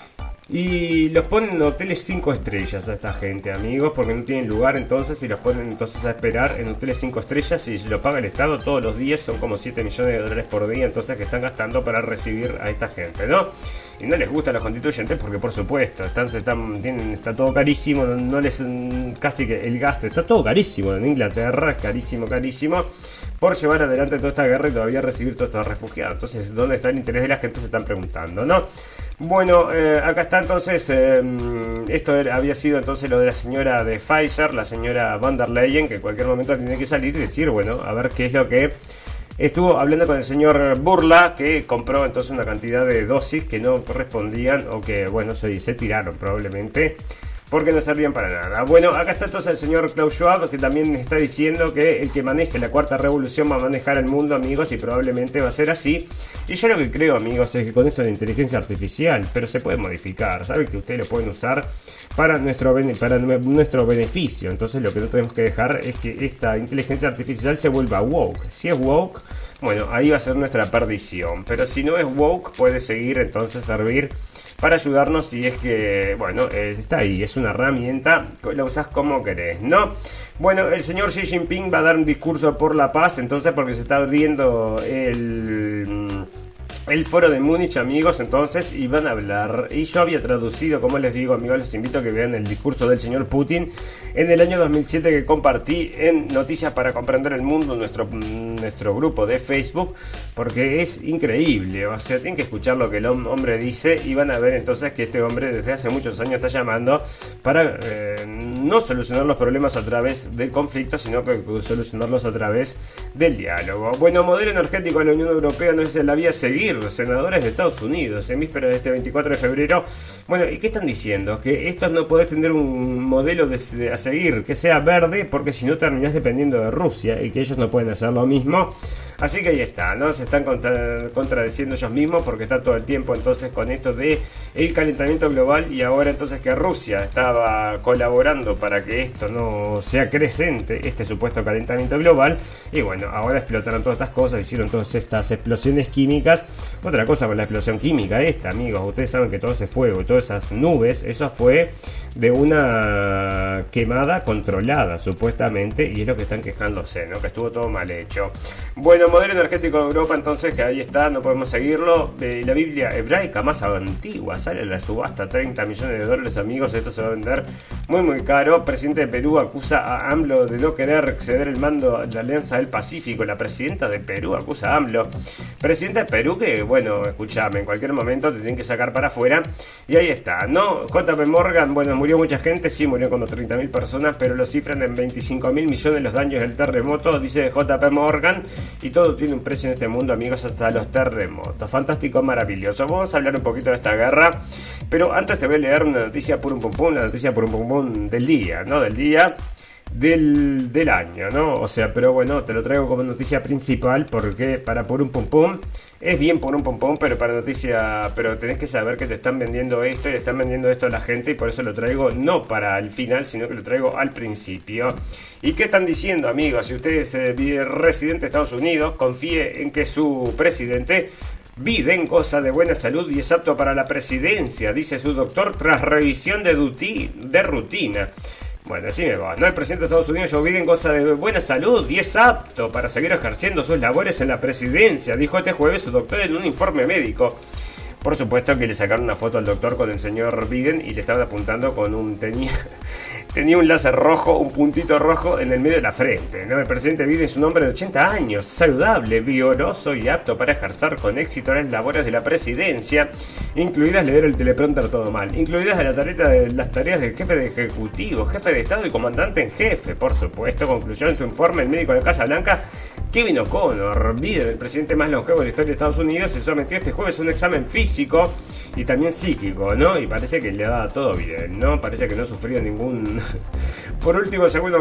Y los ponen en hoteles cinco estrellas a esta gente, amigos, porque no tienen lugar entonces, y los ponen entonces a esperar en hoteles cinco estrellas y lo paga el Estado todos los días. Son como siete millones de dólares por día entonces que están gastando para recibir a esta gente, ¿no? Y no les gusta a los constituyentes porque, por supuesto, están, están, tienen, está todo carísimo, no, no les, casi que el gasto está todo carísimo en Inglaterra, carísimo, carísimo, por llevar adelante toda esta guerra y todavía recibir todos estos refugiados. Entonces, ¿dónde está el interés de la gente? Se están preguntando, ¿no? Bueno, eh, acá está entonces, eh, esto era, había sido entonces lo de la señora de Pfizer, la señora Van der Leyen, que en cualquier momento tiene que salir y decir, bueno, a ver qué es lo que estuvo hablando con el señor Burla, que compró entonces una cantidad de dosis que no correspondían o que, bueno, se, se tiraron probablemente, porque no servían para nada. Bueno, acá está entonces el señor Klaus Schwab, que también está diciendo que el que maneje la cuarta revolución va a manejar el mundo, amigos, y probablemente va a ser así. Y yo lo que creo, amigos, es que con esto de inteligencia artificial, pero se puede modificar, ¿saben? Que ustedes lo pueden usar para nuestro, para nuestro beneficio. Entonces lo que no tenemos que dejar es que esta inteligencia artificial se vuelva woke. Si es woke, bueno, ahí va a ser nuestra perdición. Pero si no es woke, puede seguir entonces servir para ayudarnos si es que, bueno, eh, está ahí, es una herramienta, la usás como querés, ¿no? Bueno, el señor Xi Jinping va a dar un discurso por la paz, entonces, porque se está abriendo el, el foro de Múnich, amigos, entonces iban a hablar, y yo había traducido, como les digo, amigos, les invito a que vean el discurso del señor Putin en el año dos mil siete que compartí en Noticias para Comprender el Mundo, nuestro, nuestro grupo de Facebook, porque es increíble, o sea, tienen que escuchar lo que el hombre dice y van a ver entonces que este hombre desde hace muchos años está llamando para eh, no solucionar los problemas a través del conflicto, sino que solucionarlos a través del diálogo. Bueno, modelo energético de la Unión Europea no es la vía a seguir. Los senadores de Estados Unidos en vísperas de este veinticuatro de febrero, bueno, ¿y qué están diciendo? Que estos no podés tener un modelo de, de, a seguir que sea verde, porque si no terminás dependiendo de Rusia y que ellos no pueden hacer lo mismo. Así que ahí está, ¿no? Se están contra, contradiciendo ellos mismos porque está todo el tiempo entonces con esto de el calentamiento global, y ahora entonces que Rusia estaba colaborando para que esto no sea creciente, este supuesto calentamiento global, y bueno, ahora explotaron todas estas cosas, hicieron todas estas explosiones químicas. Otra cosa con la explosión química esta, amigos, ustedes saben que todo ese fuego y todas esas nubes, eso fue de una quemada controlada supuestamente, y es lo que están quejándose, ¿no? Que estuvo todo mal hecho. Bueno, modelo energético de Europa entonces, que ahí está, no podemos seguirlo. Eh, la Biblia hebraica más antigua sale a la subasta, treinta millones de dólares, amigos, esto se va a vender muy muy caro. Presidente de Perú acusa a AMLO de no querer ceder el mando a la Alianza del Pacífico. La presidenta de Perú acusa a AMLO. Presidenta de Perú que, bueno, escúchame, en cualquier momento te tienen que sacar para afuera, y ahí está, ¿no? J P Morgan, bueno, murió mucha gente, sí, murió como treinta mil personas, pero lo cifran en veinticinco mil millones los daños del terremoto, dice J P Morgan, y todo tiene un precio en este mundo, amigos, hasta los terremotos. Fantástico, maravilloso. Vamos a hablar un poquito de esta guerra, pero antes te voy a leer una noticia por un pum pum, una noticia por un pum pum del día, ¿no? Del día del, del año, ¿no? O sea, pero bueno, te lo traigo como noticia principal porque para por un pum pum es bien por un pum pum, pero para noticia, pero tenés que saber que te están vendiendo esto y le están vendiendo esto a la gente, y por eso lo traigo no para el final, sino que lo traigo al principio. ¿Y qué están diciendo, amigos? Si usted es eh, residente de Estados Unidos, confíe en que su presidente Biden goza de buena salud y es apto para la presidencia, dice su doctor tras revisión de, duty, de rutina. Bueno, así me va, ¿no? El presidente de Estados Unidos, Joe Biden, goza de buena salud y es apto para seguir ejerciendo sus labores en la presidencia, dijo este jueves su doctor en un informe médico. Por supuesto que le sacaron una foto al doctor con el señor Biden y le estaban apuntando con un... tenía... Tenía un láser rojo, un puntito rojo en el medio de la frente, ¿no? El presidente Biden es un hombre de ochenta años, saludable, vigoroso y apto para ejercer con éxito las labores de la presidencia, incluidas leer el teleprompter todo mal, incluidas la tarea de, las tareas del jefe de ejecutivo, jefe de Estado y comandante en jefe, por supuesto, concluyó en su informe el médico de Casa Blanca, Kevin O'Connor. Biden, el presidente más longevo de la historia de Estados Unidos, se sometió este jueves a un examen físico y también psíquico, ¿no? Y parece que le va todo bien, ¿no? Parece que no sufrió ningún... Por último, según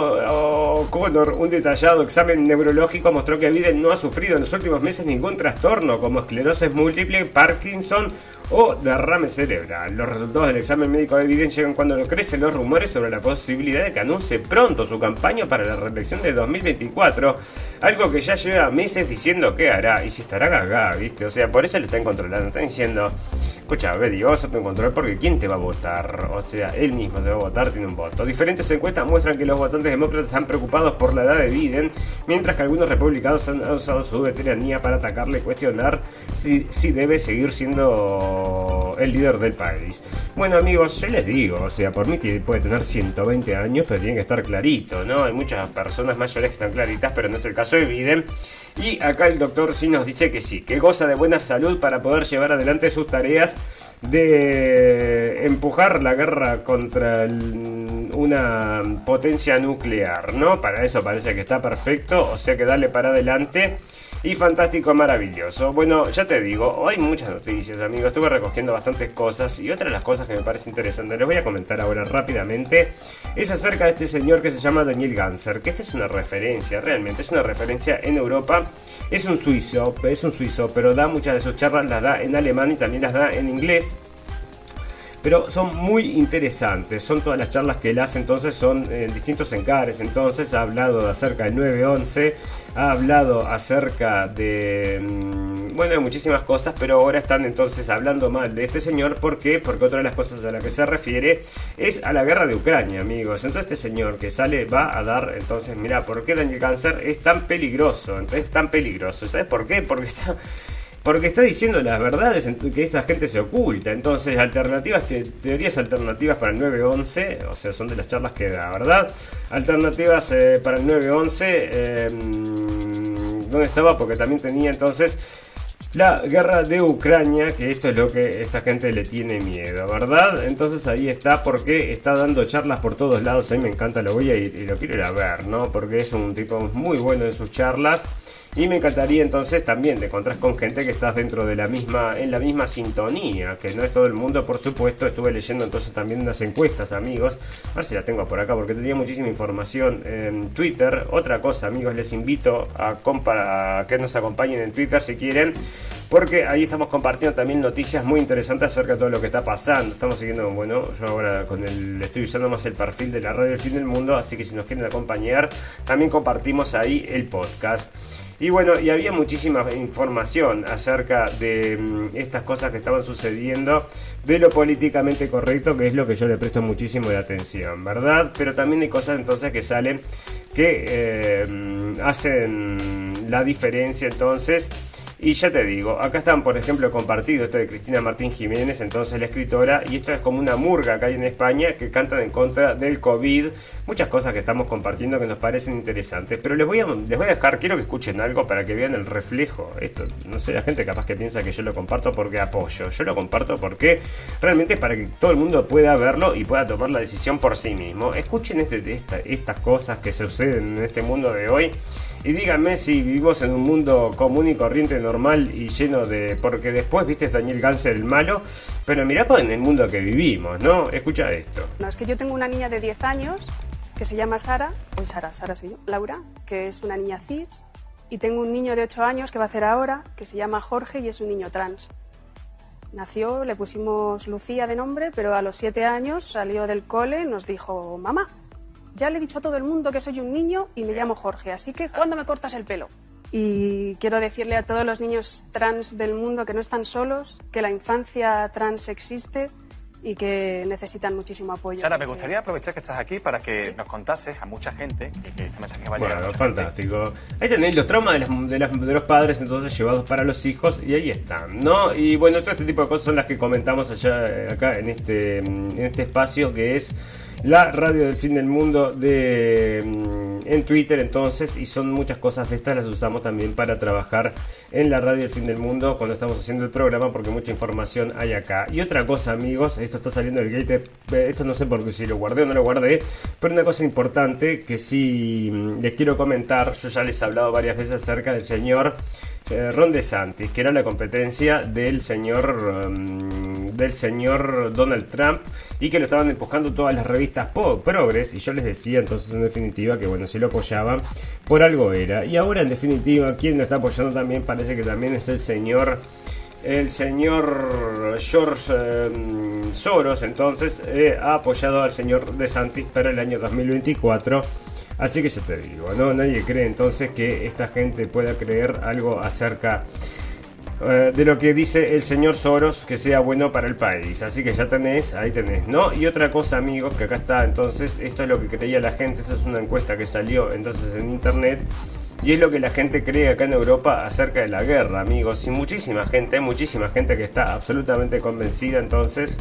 O'Connor, un detallado examen neurológico mostró que Biden no ha sufrido en los últimos meses ningún trastorno como esclerosis múltiple, Parkinson o derrame cerebral. Los resultados del examen médico de Biden llegan cuando crecen los rumores sobre la posibilidad de que anuncie pronto su campaña para la reelección de dos mil veinticuatro, algo que ya lleva meses diciendo que hará, y si estará cagá, ¿viste? O sea, por eso lo están controlando, están diciendo, escucha, Betty, vamos a controlar porque ¿quién te va a votar? O sea, él mismo se va a votar, tiene un voto. Diferentes encuestas muestran que los votantes demócratas están preocupados por la edad de Biden, mientras que algunos republicanos han usado su veteranía para atacarle y cuestionar si, si debe seguir siendo el líder del país. Bueno, amigos, yo les digo, o sea, por mí puede tener ciento veinte años, pero tiene que estar clarito, ¿no? Hay muchas personas mayores que están claritas, pero no es el caso de Biden. Y acá el doctor sí nos dice que sí, que goza de buena salud para poder llevar adelante sus tareas de empujar la guerra contra el, una potencia nuclear, ¿no? Para eso parece que está perfecto, o sea que dale para adelante. Y fantástico, maravilloso. Bueno, ya te digo, hay muchas noticias, amigos. Estuve recogiendo bastantes cosas. Y otra de las cosas que me parece interesante, les voy a comentar ahora rápidamente, es acerca de este señor que se llama Daniel Ganser. Que esta es una referencia, realmente es una referencia en Europa. Es un suizo, es un suizo, pero da muchas de sus charlas, las da en alemán y también las da en inglés. Pero son muy interesantes, son todas las charlas que él hace, entonces son eh, distintos encares. Entonces ha hablado acerca del nueve once, ha hablado acerca de, mmm, bueno, de muchísimas cosas, pero ahora están entonces hablando mal de este señor. ¿Por qué? Porque otra de las cosas a las que se refiere es a la guerra de Ucrania, amigos. Entonces este señor que sale va a dar, entonces, mira, ¿por qué Daniel Ganser es tan peligroso? Es tan peligroso, ¿sabes por qué? Porque está... porque está diciendo las verdades que esta gente se oculta. Entonces, alternativas, te, teorías alternativas para el nueve once, o sea, son de las charlas que da, ¿verdad? Alternativas eh, para el nueve once, eh, ¿dónde estaba? Porque también tenía entonces la guerra de Ucrania, que esto es lo que esta gente le tiene miedo, ¿verdad? Entonces ahí está, porque está dando charlas por todos lados. A mí me encanta, lo voy a ir y lo quiero ir a ver, ¿no? Porque es un tipo muy bueno en sus charlas. Y me encantaría entonces también te encontrás con gente que estás dentro de la misma, en la misma sintonía, que no es todo el mundo, por supuesto. Estuve leyendo entonces también unas encuestas, amigos, a ver si las tengo por acá, porque tenía muchísima información en Twitter. Otra cosa, amigos, les invito a, a que nos acompañen en Twitter si quieren, porque ahí estamos compartiendo también noticias muy interesantes acerca de todo lo que está pasando. Estamos siguiendo, bueno, yo ahora con el estoy usando más el perfil de la Radio El Fin del Mundo, así que si nos quieren acompañar, también compartimos ahí el podcast. Y bueno, y había muchísima información acerca de um, estas cosas que estaban sucediendo, de lo políticamente correcto, que es lo que yo le presto muchísimo de atención, ¿verdad? Pero también hay cosas entonces que salen que eh, hacen la diferencia entonces. Y ya te digo, acá están, por ejemplo, compartido esto de Cristina Martín Jiménez, entonces la escritora, y esto es como una murga que hay en España que cantan en contra del COVID. Muchas cosas que estamos compartiendo que nos parecen interesantes, pero les voy a, les voy a dejar, quiero que escuchen algo para que vean el reflejo. Esto, no sé, la gente capaz que piensa que yo lo comparto porque apoyo. Yo lo comparto porque realmente es para que todo el mundo pueda verlo y pueda tomar la decisión por sí mismo. Escuchen este, esta, estas cosas que suceden en este mundo de hoy. Y díganme si vivimos en un mundo común y corriente, normal y lleno de... Porque después, viste, es Daniel Ganser el malo. Pero mirá en el mundo que vivimos, ¿no? Escucha esto. No, es que yo tengo una niña de diez años que se llama Sara. Hoy Sara, Sara soy yo. Laura, que es una niña cis. Y tengo un niño de ocho años que va a hacer ahora, que se llama Jorge y es un niño trans. Nació, le pusimos Lucía de nombre, pero a los siete años salió del cole y nos dijo: mamá, ya le he dicho a todo el mundo que soy un niño y me llamo Jorge, así que ¿cuándo me cortas el pelo? Y quiero decirle a todos los niños trans del mundo que no están solos, que la infancia trans existe y que necesitan muchísimo apoyo. Sara, me gustaría aprovechar que estás aquí para que ¿Sí? nos contases a mucha gente que, que este mensaje va a llegar. Bueno, fantástico. Gente. Ahí tenéis los traumas de, las, de, las, de los padres entonces llevados para los hijos y ahí están, ¿no? Y bueno, todo este tipo de cosas son las que comentamos allá acá en este, en este espacio que es la Radio del Fin del Mundo de, en Twitter entonces, y son muchas cosas de estas las usamos también para trabajar en la Radio del Fin del Mundo cuando estamos haciendo el programa, porque mucha información hay acá. Y otra cosa, amigos, esto está saliendo del gate, esto no sé por qué si lo guardé o no lo guardé, pero una cosa importante que sí les quiero comentar, yo ya les he hablado varias veces acerca del señor eh, Ron DeSantis, que era la competencia del señor um, del señor Donald Trump, y que lo estaban empujando todas las revistas progres, y yo les decía entonces en definitiva que bueno, si lo apoyaban por algo era. Y ahora en definitiva quien lo está apoyando también parece que también es el señor el señor George eh, Soros. Entonces eh, ha apoyado al señor DeSantis para el año dos mil veinticuatro. Así que ya te digo, ¿no? Nadie cree entonces que esta gente pueda creer algo acerca eh, de lo que dice el señor Soros que sea bueno para el país. Así que ya tenés, ahí tenés, ¿no? Y otra cosa, amigos, que acá está entonces, esto es lo que creía la gente, esto es una encuesta que salió entonces en internet. Y es lo que la gente cree acá en Europa acerca de la guerra, amigos. Y muchísima gente, muchísima gente que está absolutamente convencida entonces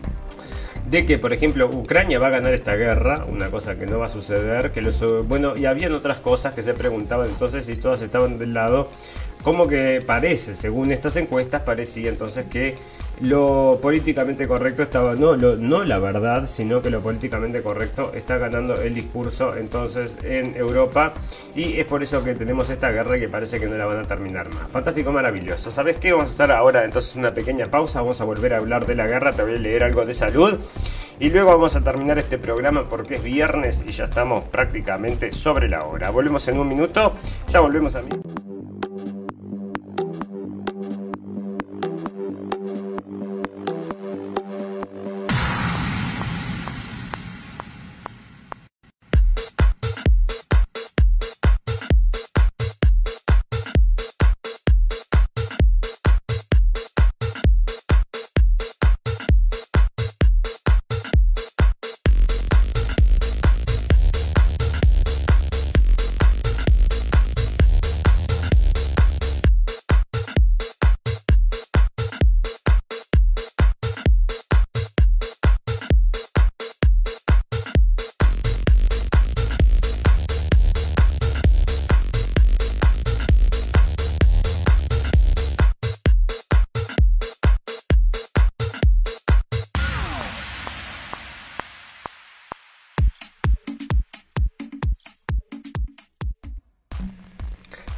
de que, por ejemplo, Ucrania va a ganar esta guerra, una cosa que no va a suceder, que los, bueno, y habían otras cosas que se preguntaban entonces si todas estaban del lado, como que parece, según estas encuestas, parecía entonces que lo políticamente correcto estaba, no, lo, no la verdad, sino que lo políticamente correcto está ganando el discurso entonces en Europa, y es por eso que tenemos esta guerra que parece que no la van a terminar más. Fantástico, maravilloso. ¿Sabes qué? Vamos a hacer ahora entonces una pequeña pausa, vamos a volver a hablar de la guerra, te voy a leer algo de salud y luego vamos a terminar este programa porque es viernes y ya estamos prácticamente sobre la hora. Volvemos en un minuto, ya volvemos a mí.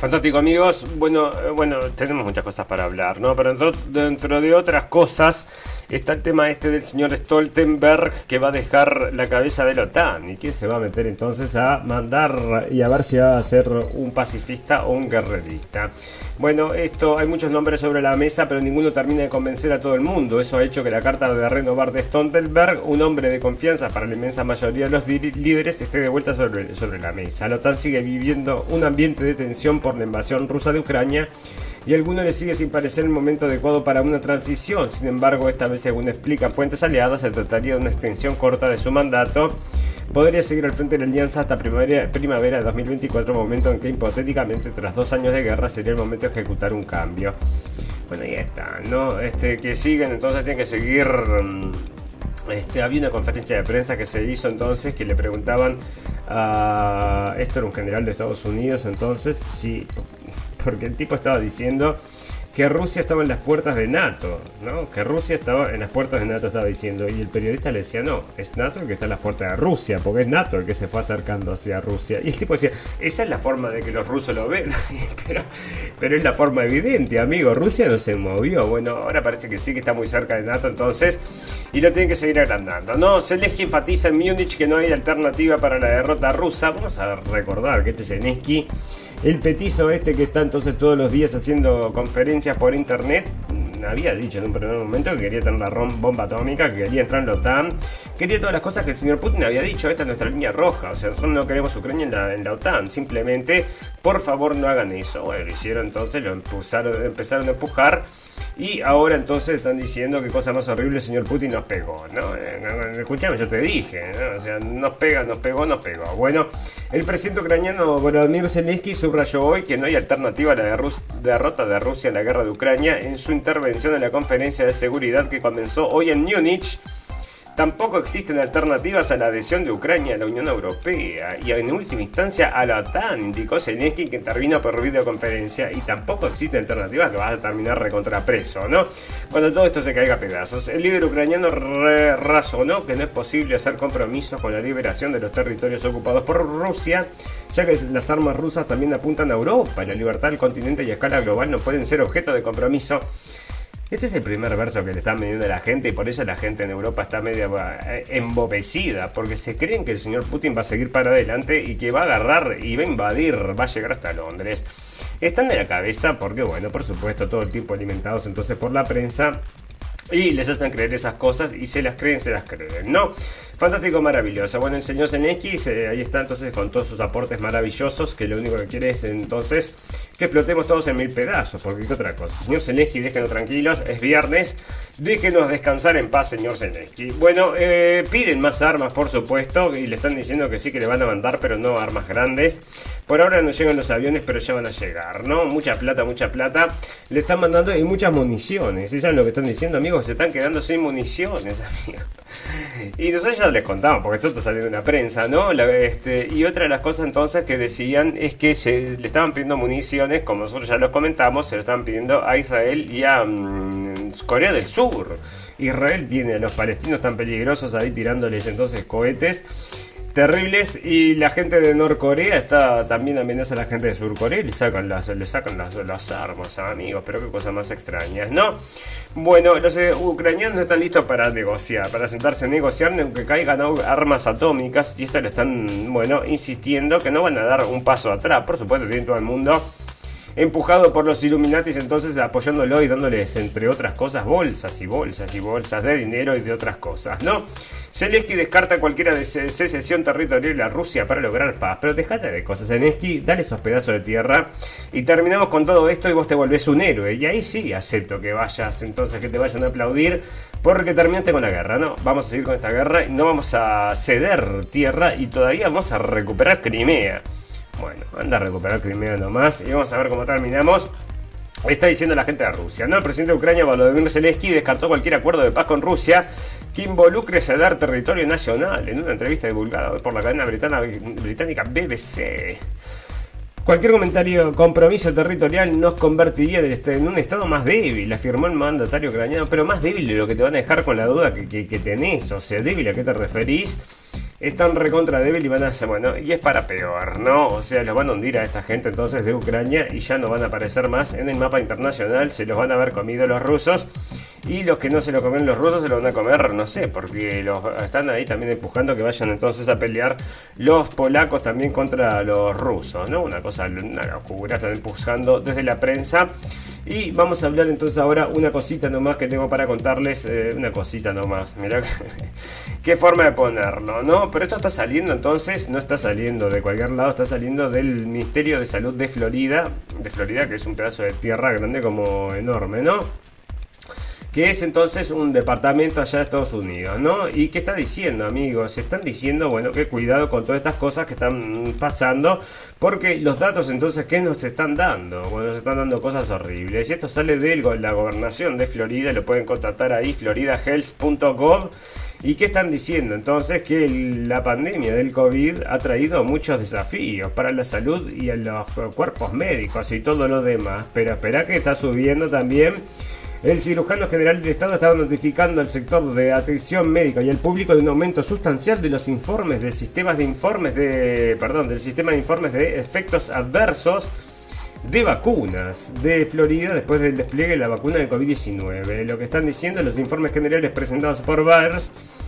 Fantástico, amigos. Bueno, bueno, tenemos muchas cosas para hablar, ¿no? Pero dentro, dentro de otras cosas está el tema este del señor Stoltenberg, que va a dejar la cabeza de la OTAN y que se va a meter entonces a mandar y a ver si va a ser un pacifista o un guerrerista. Bueno, esto, hay muchos nombres sobre la mesa, pero ninguno termina de convencer a todo el mundo. Eso ha hecho que la carta de renovar de Stoltenberg, un hombre de confianza para la inmensa mayoría de los líderes, esté de vuelta sobre, sobre la mesa. La OTAN sigue viviendo un ambiente de tensión por la invasión rusa de Ucrania, y a algunos les sigue sin parecer el momento adecuado para una transición. Sin embargo, esta vez, según explican fuentes aliadas, se trataría de una extensión corta de su mandato. Podría seguir al frente de la alianza hasta primavera, primavera de dos mil veinticuatro, momento en que hipotéticamente, tras dos años de guerra, sería el momento de ejecutar un cambio. Bueno, ahí está, ¿no? Este, que siguen, entonces tienen que seguir. Este, había una conferencia de prensa que se hizo entonces, que le preguntaban a... Esto era un general de Estados Unidos, entonces, sí, porque el tipo estaba diciendo que Rusia estaba en las puertas de NATO, ¿no? Que Rusia estaba en las puertas de NATO, estaba diciendo, y el periodista le decía, no, es NATO el que está en las puertas de Rusia, porque es NATO el que se fue acercando hacia Rusia. Y el tipo decía, esa es la forma de que los rusos lo ven, pero, pero es la forma evidente, amigo, Rusia no se movió. Bueno, ahora parece que sí, que está muy cerca de NATO, entonces, y lo tienen que seguir agrandando, ¿no? Zelensky enfatiza en Múnich que no hay alternativa para la derrota rusa. Vamos a recordar que este Zelensky, el petizo este que está entonces todos los días haciendo conferencias por internet, había dicho en un primer momento que quería tener la bomba atómica, que quería entrar en la OTAN, quería todas las cosas que el señor Putin había dicho. Esta es nuestra línea roja, o sea, nosotros no queremos Ucrania en la, en la OTAN, simplemente, por favor, no hagan eso. Bueno, lo hicieron entonces, lo empezaron, empezaron a empujar, y ahora entonces están diciendo que cosa más horrible el señor Putin nos pegó, ¿no? Eh, escuchame, yo te dije, ¿no? O sea, nos pega, nos pegó, nos pegó. Bueno, el presidente ucraniano Volodymyr Zelensky subrayó hoy que no hay alternativa a la derrota de Rusia en la guerra de Ucrania en su intervención en la conferencia de seguridad que comenzó hoy en Múnich. Tampoco existen alternativas a la adhesión de Ucrania a la Unión Europea y en última instancia a la OTAN, indicó Zelensky, que intervino por videoconferencia, y tampoco existe alternativa, que vas a terminar recontrapreso, ¿no? Cuando todo esto se caiga a pedazos. El líder ucraniano razonó que no es posible hacer compromisos con la liberación de los territorios ocupados por Rusia, ya que las armas rusas también apuntan a Europa, y la libertad del continente y a escala global no pueden ser objeto de compromiso. Este es el primer verso que le están vendiendo a la gente, y por eso la gente en Europa está media embobecida, porque se creen que el señor Putin va a seguir para adelante y que va a agarrar y va a invadir, va a llegar hasta Londres. Están de la cabeza porque, bueno, por supuesto, todo el tiempo alimentados entonces por la prensa, y les hacen creer esas cosas, y se las creen, se las creen, ¿no? Fantástico, maravilloso. Bueno, el señor Zelensky, se, ahí está entonces con todos sus aportes maravillosos, que lo único que quiere es entonces que explotemos todos en mil pedazos, porque qué otra cosa. Señor Zelensky, déjenos tranquilos, es viernes, déjenos descansar en paz, señor Zelensky. Bueno, eh, piden más armas, por supuesto, y le están diciendo que sí, que le van a mandar, pero no armas grandes. Por ahora no llegan los aviones, pero ya van a llegar, ¿no? Mucha plata, mucha plata le están mandando, y muchas municiones. ¿Y saben lo que están diciendo, amigos? Se están quedando sin municiones, amigos. Y nosotros ya les contamos, porque esto está saliendo en la prensa, ¿no? La, este, y otra de las cosas entonces que decían es que se le estaban pidiendo municiones, como nosotros ya los comentamos, se lo estaban pidiendo a Israel y a um, Corea del Sur. Israel tiene a los palestinos tan peligrosos ahí tirándoles entonces cohetes terribles, y la gente de Norcorea está también amenaza a la gente de Surcorea y le sacan las, le sacan las, las armas, amigos, pero qué cosas más extrañas, ¿no? Bueno, los eh, ucranianos no están listos para negociar, para sentarse a negociar, aunque caigan armas atómicas, y esto le están, bueno, insistiendo que no van a dar un paso atrás. Por supuesto, tiene todo el mundo empujado por los Illuminatis, entonces apoyándolo y dándoles, entre otras cosas, bolsas y bolsas y bolsas de dinero y de otras cosas, ¿no? Zelensky descarta cualquiera de secesión territorial a Rusia para lograr paz. Pero dejate de cosas, Zelensky, dale esos pedazos de tierra y terminamos con todo esto y vos te volvés un héroe. Y ahí sí acepto que vayas, entonces que te vayan a aplaudir, porque terminaste con la guerra, ¿no? Vamos a seguir con esta guerra y no vamos a ceder tierra, y todavía vamos a recuperar Crimea. Bueno, anda a recuperar Crimea nomás y vamos a ver cómo terminamos. Está diciendo la gente de Rusia, ¿no? El presidente de Ucrania, Volodymyr Zelensky, descartó cualquier acuerdo de paz con Rusia que involucre ceder territorio nacional en una entrevista divulgada por la cadena británica B B C. Cualquier comentario, compromiso territorial nos convertiría en un estado más débil, afirmó el mandatario ucraniano, pero más débil de lo que te van a dejar con la duda que, que, que tenés. O sea, débil, ¿a qué te referís? están recontra débil y van a hacer, bueno, y es para peor, ¿no? O sea, los van a hundir a esta gente entonces de Ucrania y ya no van a aparecer más en el mapa internacional, se los van a haber comido los rusos y los que no se lo comen los rusos se lo van a comer, no sé, porque los están ahí también empujando que vayan entonces a pelear los polacos también contra los rusos, ¿no? Una cosa, una locura, están empujando desde la prensa. Y vamos a hablar entonces ahora una cosita nomás que tengo para contarles, eh, una cosita nomás, mirá qué forma de ponerlo, ¿no? Pero esto está saliendo entonces, no está saliendo de cualquier lado, está saliendo del Ministerio de Salud de Florida, de Florida que es un pedazo de tierra grande como enorme, ¿no? Que es entonces un departamento allá de Estados Unidos, ¿no? ¿Y qué está diciendo, amigos? Están diciendo, bueno, que cuidado con todas estas cosas que están pasando, porque los datos entonces que nos están dando, bueno, nos están dando cosas horribles. Y esto sale de la gobernación de Florida, lo pueden contactar ahí, florida health punto gov. ¿Y qué están diciendo? Entonces que la pandemia del COVID ha traído muchos desafíos para la salud y a los cuerpos médicos y todo lo demás. Pero espera que está subiendo también. El cirujano general del Estado estaba notificando al sector de atención médica y al público de un aumento sustancial de los informes de sistemas de informes de, perdón, del sistema de informes de efectos adversos de vacunas de Florida después del despliegue de la vacuna de COVID diecinueve. Lo que están diciendo los informes generales presentados por VAERS,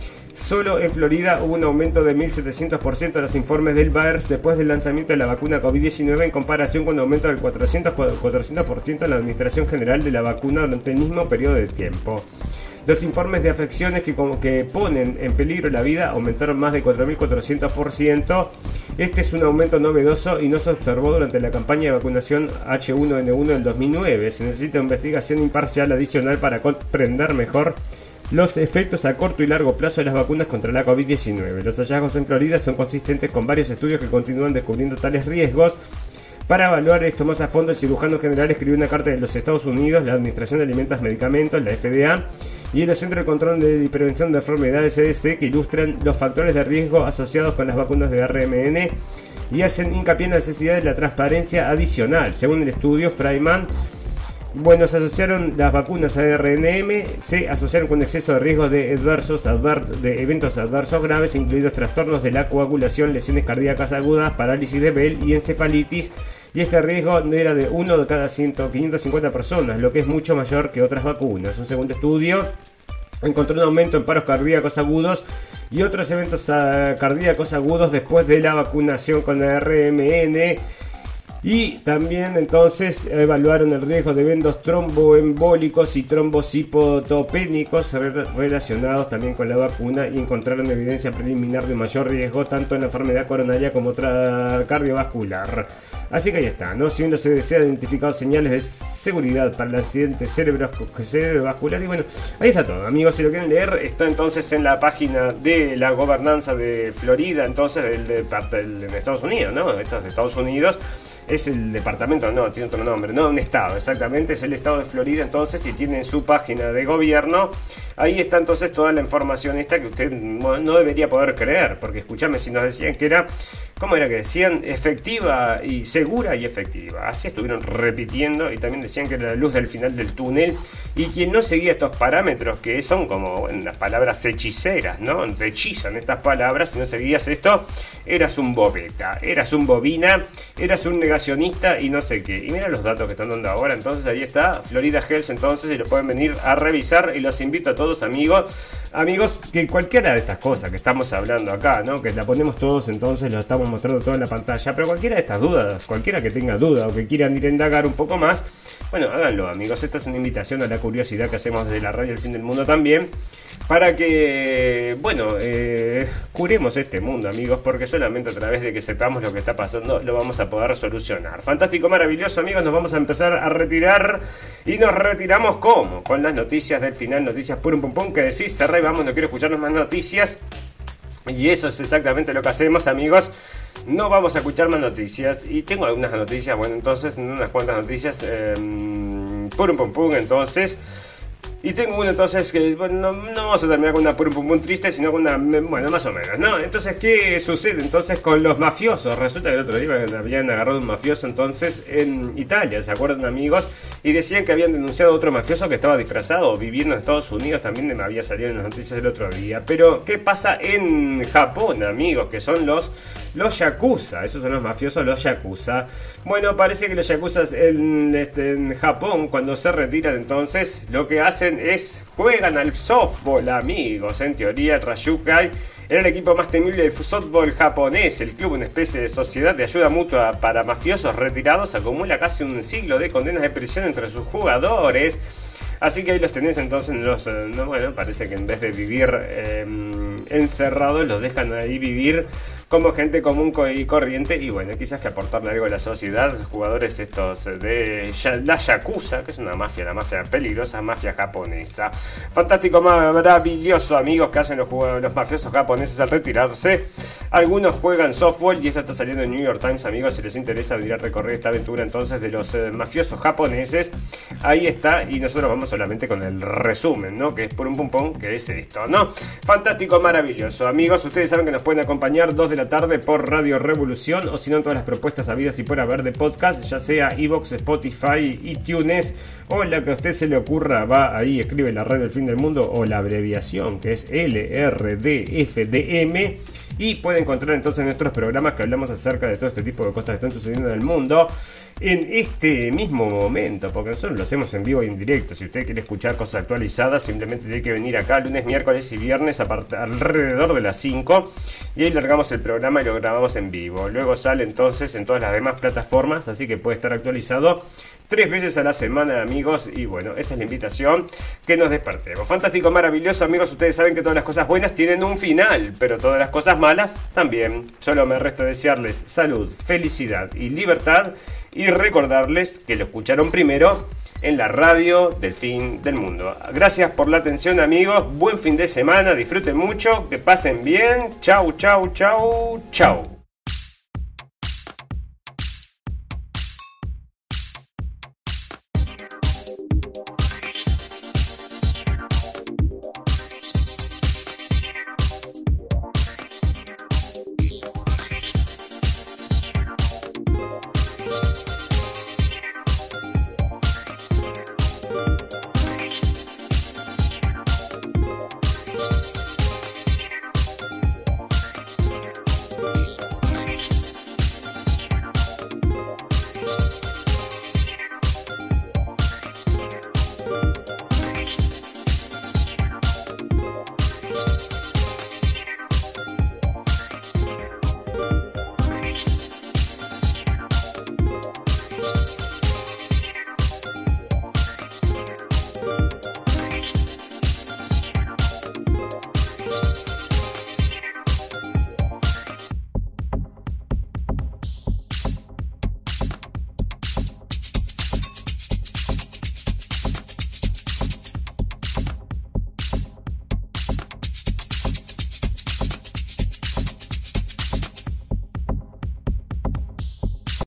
solo en Florida hubo un aumento de mil setecientos por ciento de los informes del VAERS después del lanzamiento de la vacuna COVID diecinueve en comparación con un aumento del cuatrocientos por ciento en la administración general de la vacuna durante el mismo periodo de tiempo. Los informes de afecciones que, como que ponen en peligro la vida aumentaron más de cuatro mil cuatrocientos por ciento. Este es un aumento novedoso y no se observó durante la campaña de vacunación H uno N uno del dos mil nueve. Se necesita investigación imparcial adicional para comprender mejor los efectos a corto y largo plazo de las vacunas contra la COVID diecinueve. Los hallazgos en Florida son consistentes con varios estudios que continúan descubriendo tales riesgos. Para evaluar esto más a fondo, el cirujano general escribió una carta de los Estados Unidos, la Administración de Alimentos y Medicamentos, la F D A, y el Centro de Control de Prevención de Enfermedades, C D C, que ilustran los factores de riesgo asociados con las vacunas de R M N y hacen hincapié en la necesidad de la transparencia adicional. Según el estudio, Freiman, bueno, se asociaron las vacunas a R N M, se asociaron con exceso de riesgos de, adversos, adver, de eventos adversos graves, incluidos trastornos de la coagulación, lesiones cardíacas agudas, parálisis de Bell y encefalitis. Y este riesgo era de uno de cada quinientas cincuenta personas, lo que es mucho mayor que otras vacunas. Un segundo estudio encontró un aumento en paros cardíacos agudos y otros eventos uh, cardíacos agudos después de la vacunación con la R M N. Y también entonces evaluaron el riesgo de eventos tromboembólicos y trombocitopénicos relacionados también con la vacuna y encontraron evidencia preliminar de mayor riesgo tanto en la enfermedad coronaria como otra cardiovascular. Así que ahí está, ¿no? Si uno se desea identificar señales de seguridad para el accidente cerebrovascular, y bueno, ahí está todo, amigos. Si lo quieren leer, está entonces en la página de la gobernanza de Florida, entonces del de, de, de Estados Unidos, ¿no? Esto es de Estados Unidos. Es el departamento, no, tiene otro nombre, no, un estado, exactamente, es el estado de Florida entonces, y tiene su página de gobierno. Ahí está entonces toda la información esta que usted no debería poder creer, porque escúchame, si nos decían que era, ¿cómo era que decían? Efectiva y segura y efectiva, así estuvieron repitiendo, y también decían que era la luz del final del túnel, y quien no seguía estos parámetros, que son como, bueno, las palabras hechiceras, ¿no? Te hechizan estas palabras, si no seguías esto, eras un bobeta, eras un bobina, eras un negacionista y no sé qué. Y mira los datos que están dando ahora, entonces ahí está, Florida Health entonces, y lo pueden venir a revisar, y los invito a todos, amigos, amigos, que cualquiera de estas cosas que estamos hablando acá, ¿no? Que la ponemos todos, entonces lo estamos mostrando todo en la pantalla, pero cualquiera de estas dudas, cualquiera que tenga duda o que quieran ir a indagar un poco más, bueno, háganlo, amigos. Esta es una invitación a la curiosidad que hacemos desde la radio El Fin del Mundo también, para que, bueno, eh, curemos este mundo, amigos, porque solamente a través de que sepamos lo que está pasando lo vamos a poder solucionar. Fantástico, maravilloso, amigos. Nos vamos a empezar a retirar, y nos retiramos ¿cómo? Con las noticias del final, noticias purum pum pum, que decís, cerré, vamos, no quiero escucharnos más noticias. Y eso es exactamente lo que hacemos, amigos. No vamos a escuchar más noticias. Y tengo algunas noticias, bueno, entonces, unas cuantas noticias. Eh, purum pum pum, entonces. Y tengo uno entonces que, bueno, no, no vamos a terminar con una pum pum pum triste, sino con una, bueno, más o menos, ¿no? Entonces, ¿qué sucede entonces con los mafiosos? Resulta que el otro día habían agarrado un mafioso entonces en Italia, ¿se acuerdan, amigos? Y decían que habían denunciado a otro mafioso que estaba disfrazado, viviendo en Estados Unidos, también me había salido en las noticias el otro día. Pero, ¿qué pasa en Japón, amigos? Que son los... Los Yakuza, esos son los mafiosos, los Yakuza. Bueno, parece que los Yakuza en, este, en Japón, cuando se retiran entonces, lo que hacen es juegan al softball, amigos. En teoría, el Ryukai era el equipo más temible del softball japonés. El club, una especie de sociedad de ayuda mutua para mafiosos retirados, acumula casi un siglo de condenas de prisión entre sus jugadores. Así que ahí los tenés entonces, los, eh, no, bueno, parece que en vez de vivir eh, encerrados, los dejan ahí vivir como gente común y corriente, y bueno, quizás que aportarle algo a la sociedad. Jugadores estos de la Yakuza, que es una mafia, la mafia peligrosa, mafia japonesa. Fantástico, maravilloso, amigos, que hacen los, los mafiosos japoneses al retirarse. Algunos juegan softball, y esto está saliendo en New York Times, amigos. Si les interesa venir a recorrer esta aventura entonces de los eh, mafiosos japoneses, ahí está, y nosotros vamos solamente con el resumen, ¿no? Que es por un pum pum, que es esto, ¿no? Fantástico, maravilloso, amigos. Ustedes saben que nos pueden acompañar dos de la tarde por Radio Revolución, o si no, en todas las propuestas habidas y por haber de podcast, ya sea iVoox, Spotify, iTunes, o la que a usted se le ocurra. Va ahí, escribe la Radio del Fin del Mundo, o la abreviación, que es L R D F D M, y puede encontrar entonces nuestros programas que hablamos acerca de todo este tipo de cosas que están sucediendo en el mundo en este mismo momento, porque nosotros lo hacemos en vivo y en directo. Si usted quiere escuchar cosas actualizadas, simplemente tiene que venir acá lunes, miércoles y viernes a part- alrededor de las cinco, y ahí largamos el programa y lo grabamos en vivo. Luego sale entonces en todas las demás plataformas, así que puede estar actualizado tres veces a la semana, amigos. Y bueno, esa es la invitación, que nos despertemos. Fantástico, maravilloso, amigos. Ustedes saben que todas las cosas buenas tienen un final, pero todas las cosas malas también. Solo me resta desearles salud, felicidad y libertad, y recordarles que lo escucharon primero en la radio del fin del mundo. Gracias por la atención, amigos. Buen fin de semana, disfruten mucho, que pasen bien. Chau, chau, chau, chau.